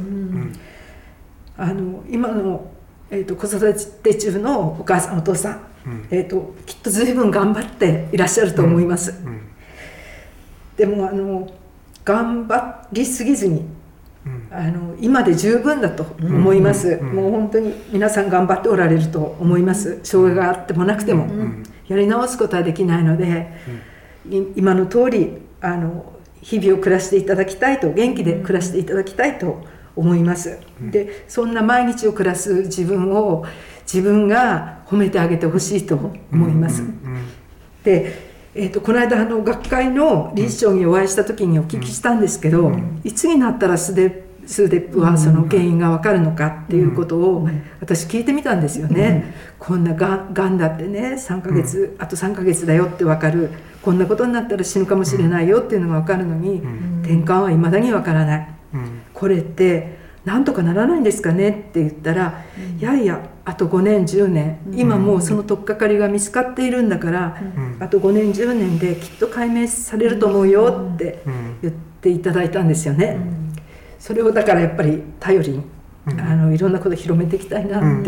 あの今の、えーと、子育て中のお母さんお父さんえー、ときっと随分頑張っていらっしゃると思います、うんうん、でもあの頑張りすぎずに、うん、あの今で十分だと思います、うんうんうん、もう本当に皆さん頑張っておられると思います。障害があってもなくても、うん、やり直すことはできないので、うん、今の通りあの日々を暮らしていただきたいと、元気で暮らしていただきたいと思います、うん、でそんな毎日を暮らす自分を自分が褒めてあげてほしいと思います、うんうんうん、で、えーと、この間あの学会の理事長にお会いした時にお聞きしたんですけど、うん、いつになったらスデスデップはその原因が分かるのかっていうことを私聞いてみたんですよね、うん、こんながん、がんだってねさんかげつ、うん、あとさんかげつだよって分かる、こんなことになったら死ぬかもしれないよっていうのが分かるのに、うん、転換は未だに分からない、うん、これってなんとかならないんですかねって言ったら、うん、いやいやあとごねんじゅうねん、うん、今もうその取っかかりが見つかっているんだから、うん、あとごねんじゅうねんできっと解明されると思うよって言っていただいたんですよね、うん、それをだからやっぱり頼りに、うん、あのいろんなことを広めていきたいなって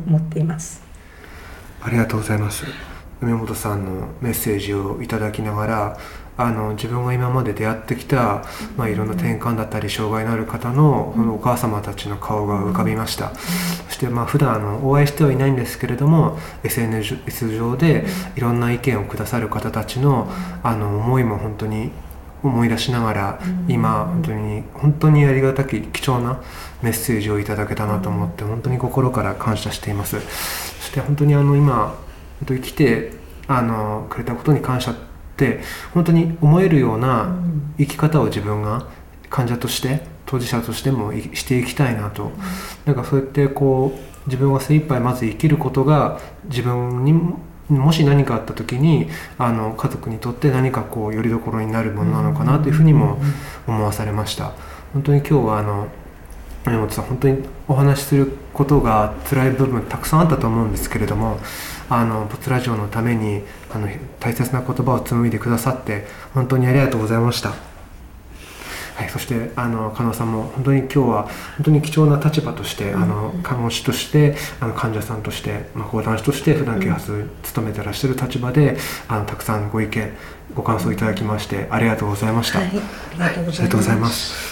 思っています。 ありがとうございます。梅本さんのメッセージをいただきながら、あの自分が今まで出会ってきた、まあ、いろんな転換だったり障害のある方の、うん、お母様たちの顔が浮かびました。うん、そしてまあ普段あのお会いしてはいないんですけれども エスエヌエス 上でいろんな意見をくださる方たちの、あの思いも本当に思い出しながら、うん、今本当に本当にありがたき貴重なメッセージをいただけたなと思って、うん、本当に心から感謝しています。そして本当にあの今本当に来てあのくれたことに感謝って本当に思えるような生き方を自分が患者として当事者としてもしていきたいなと、うん、なんかそうやってこう自分が精一杯まず生きることが自分にもし何かあった時にあの家族にとって何かこうよりどころになるものなのかなというふうにも思わされました。本当に今日はあの梅本さん本当にお話しすることが辛い部分たくさんあったと思うんですけれども、あのポツラジオのためにあの大切な言葉を紡いでくださって本当にありがとうございました。はい、そしてあの加納さんも本当に今日は本当に貴重な立場として、うん、あの看護師としてあの患者さんとして、まあ、講談師として普段啓発を務めてらっしゃる立場で、あのたくさんご意見ご感想いただきましてありがとうございました。 はい、ありがとうございます。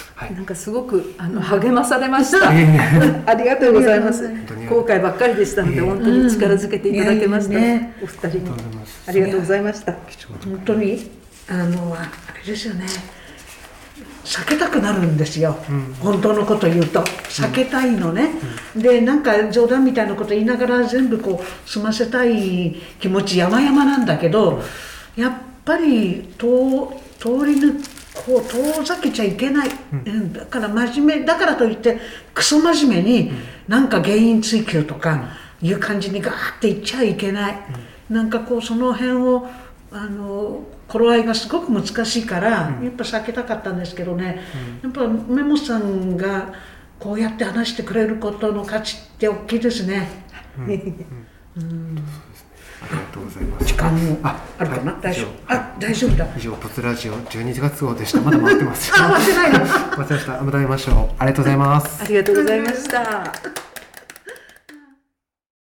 はい、なんかすごくあの励まされました。ありがとうございます。後悔ばっかりでしたので、本当に力づけていただけました。ね、お二人にありがとうございました。 本当にあのあれですよね。避けたくなるんですよ、うん、本当のこと言うと避けたいのね、うん、でなんか冗談みたいなこと言いながら全部こう済ませたい気持ち山々なんだけど、やっぱり通り抜こう遠ざけちゃいけない、うん、だから真面目だからといってクソ真面目になんか原因追求とかいう感じにガーっていっちゃいけない、うん、なんかこうその辺をあの頃合いがすごく難しいから、うん、やっぱ避けたかったんですけどね、うん、やっぱ梅本さんがこうやって話してくれることの価値って大きいですね。うんうん、うんありがとうございます。 時間もあるかな、はい、大丈夫。あ、大丈夫だ。 以上ポツラジオじゅうにがつ号でした。まだ待ってます。 あ、待ってないの。 待ってました。また会いましょう。ありがとうございます。 ありがとうございました。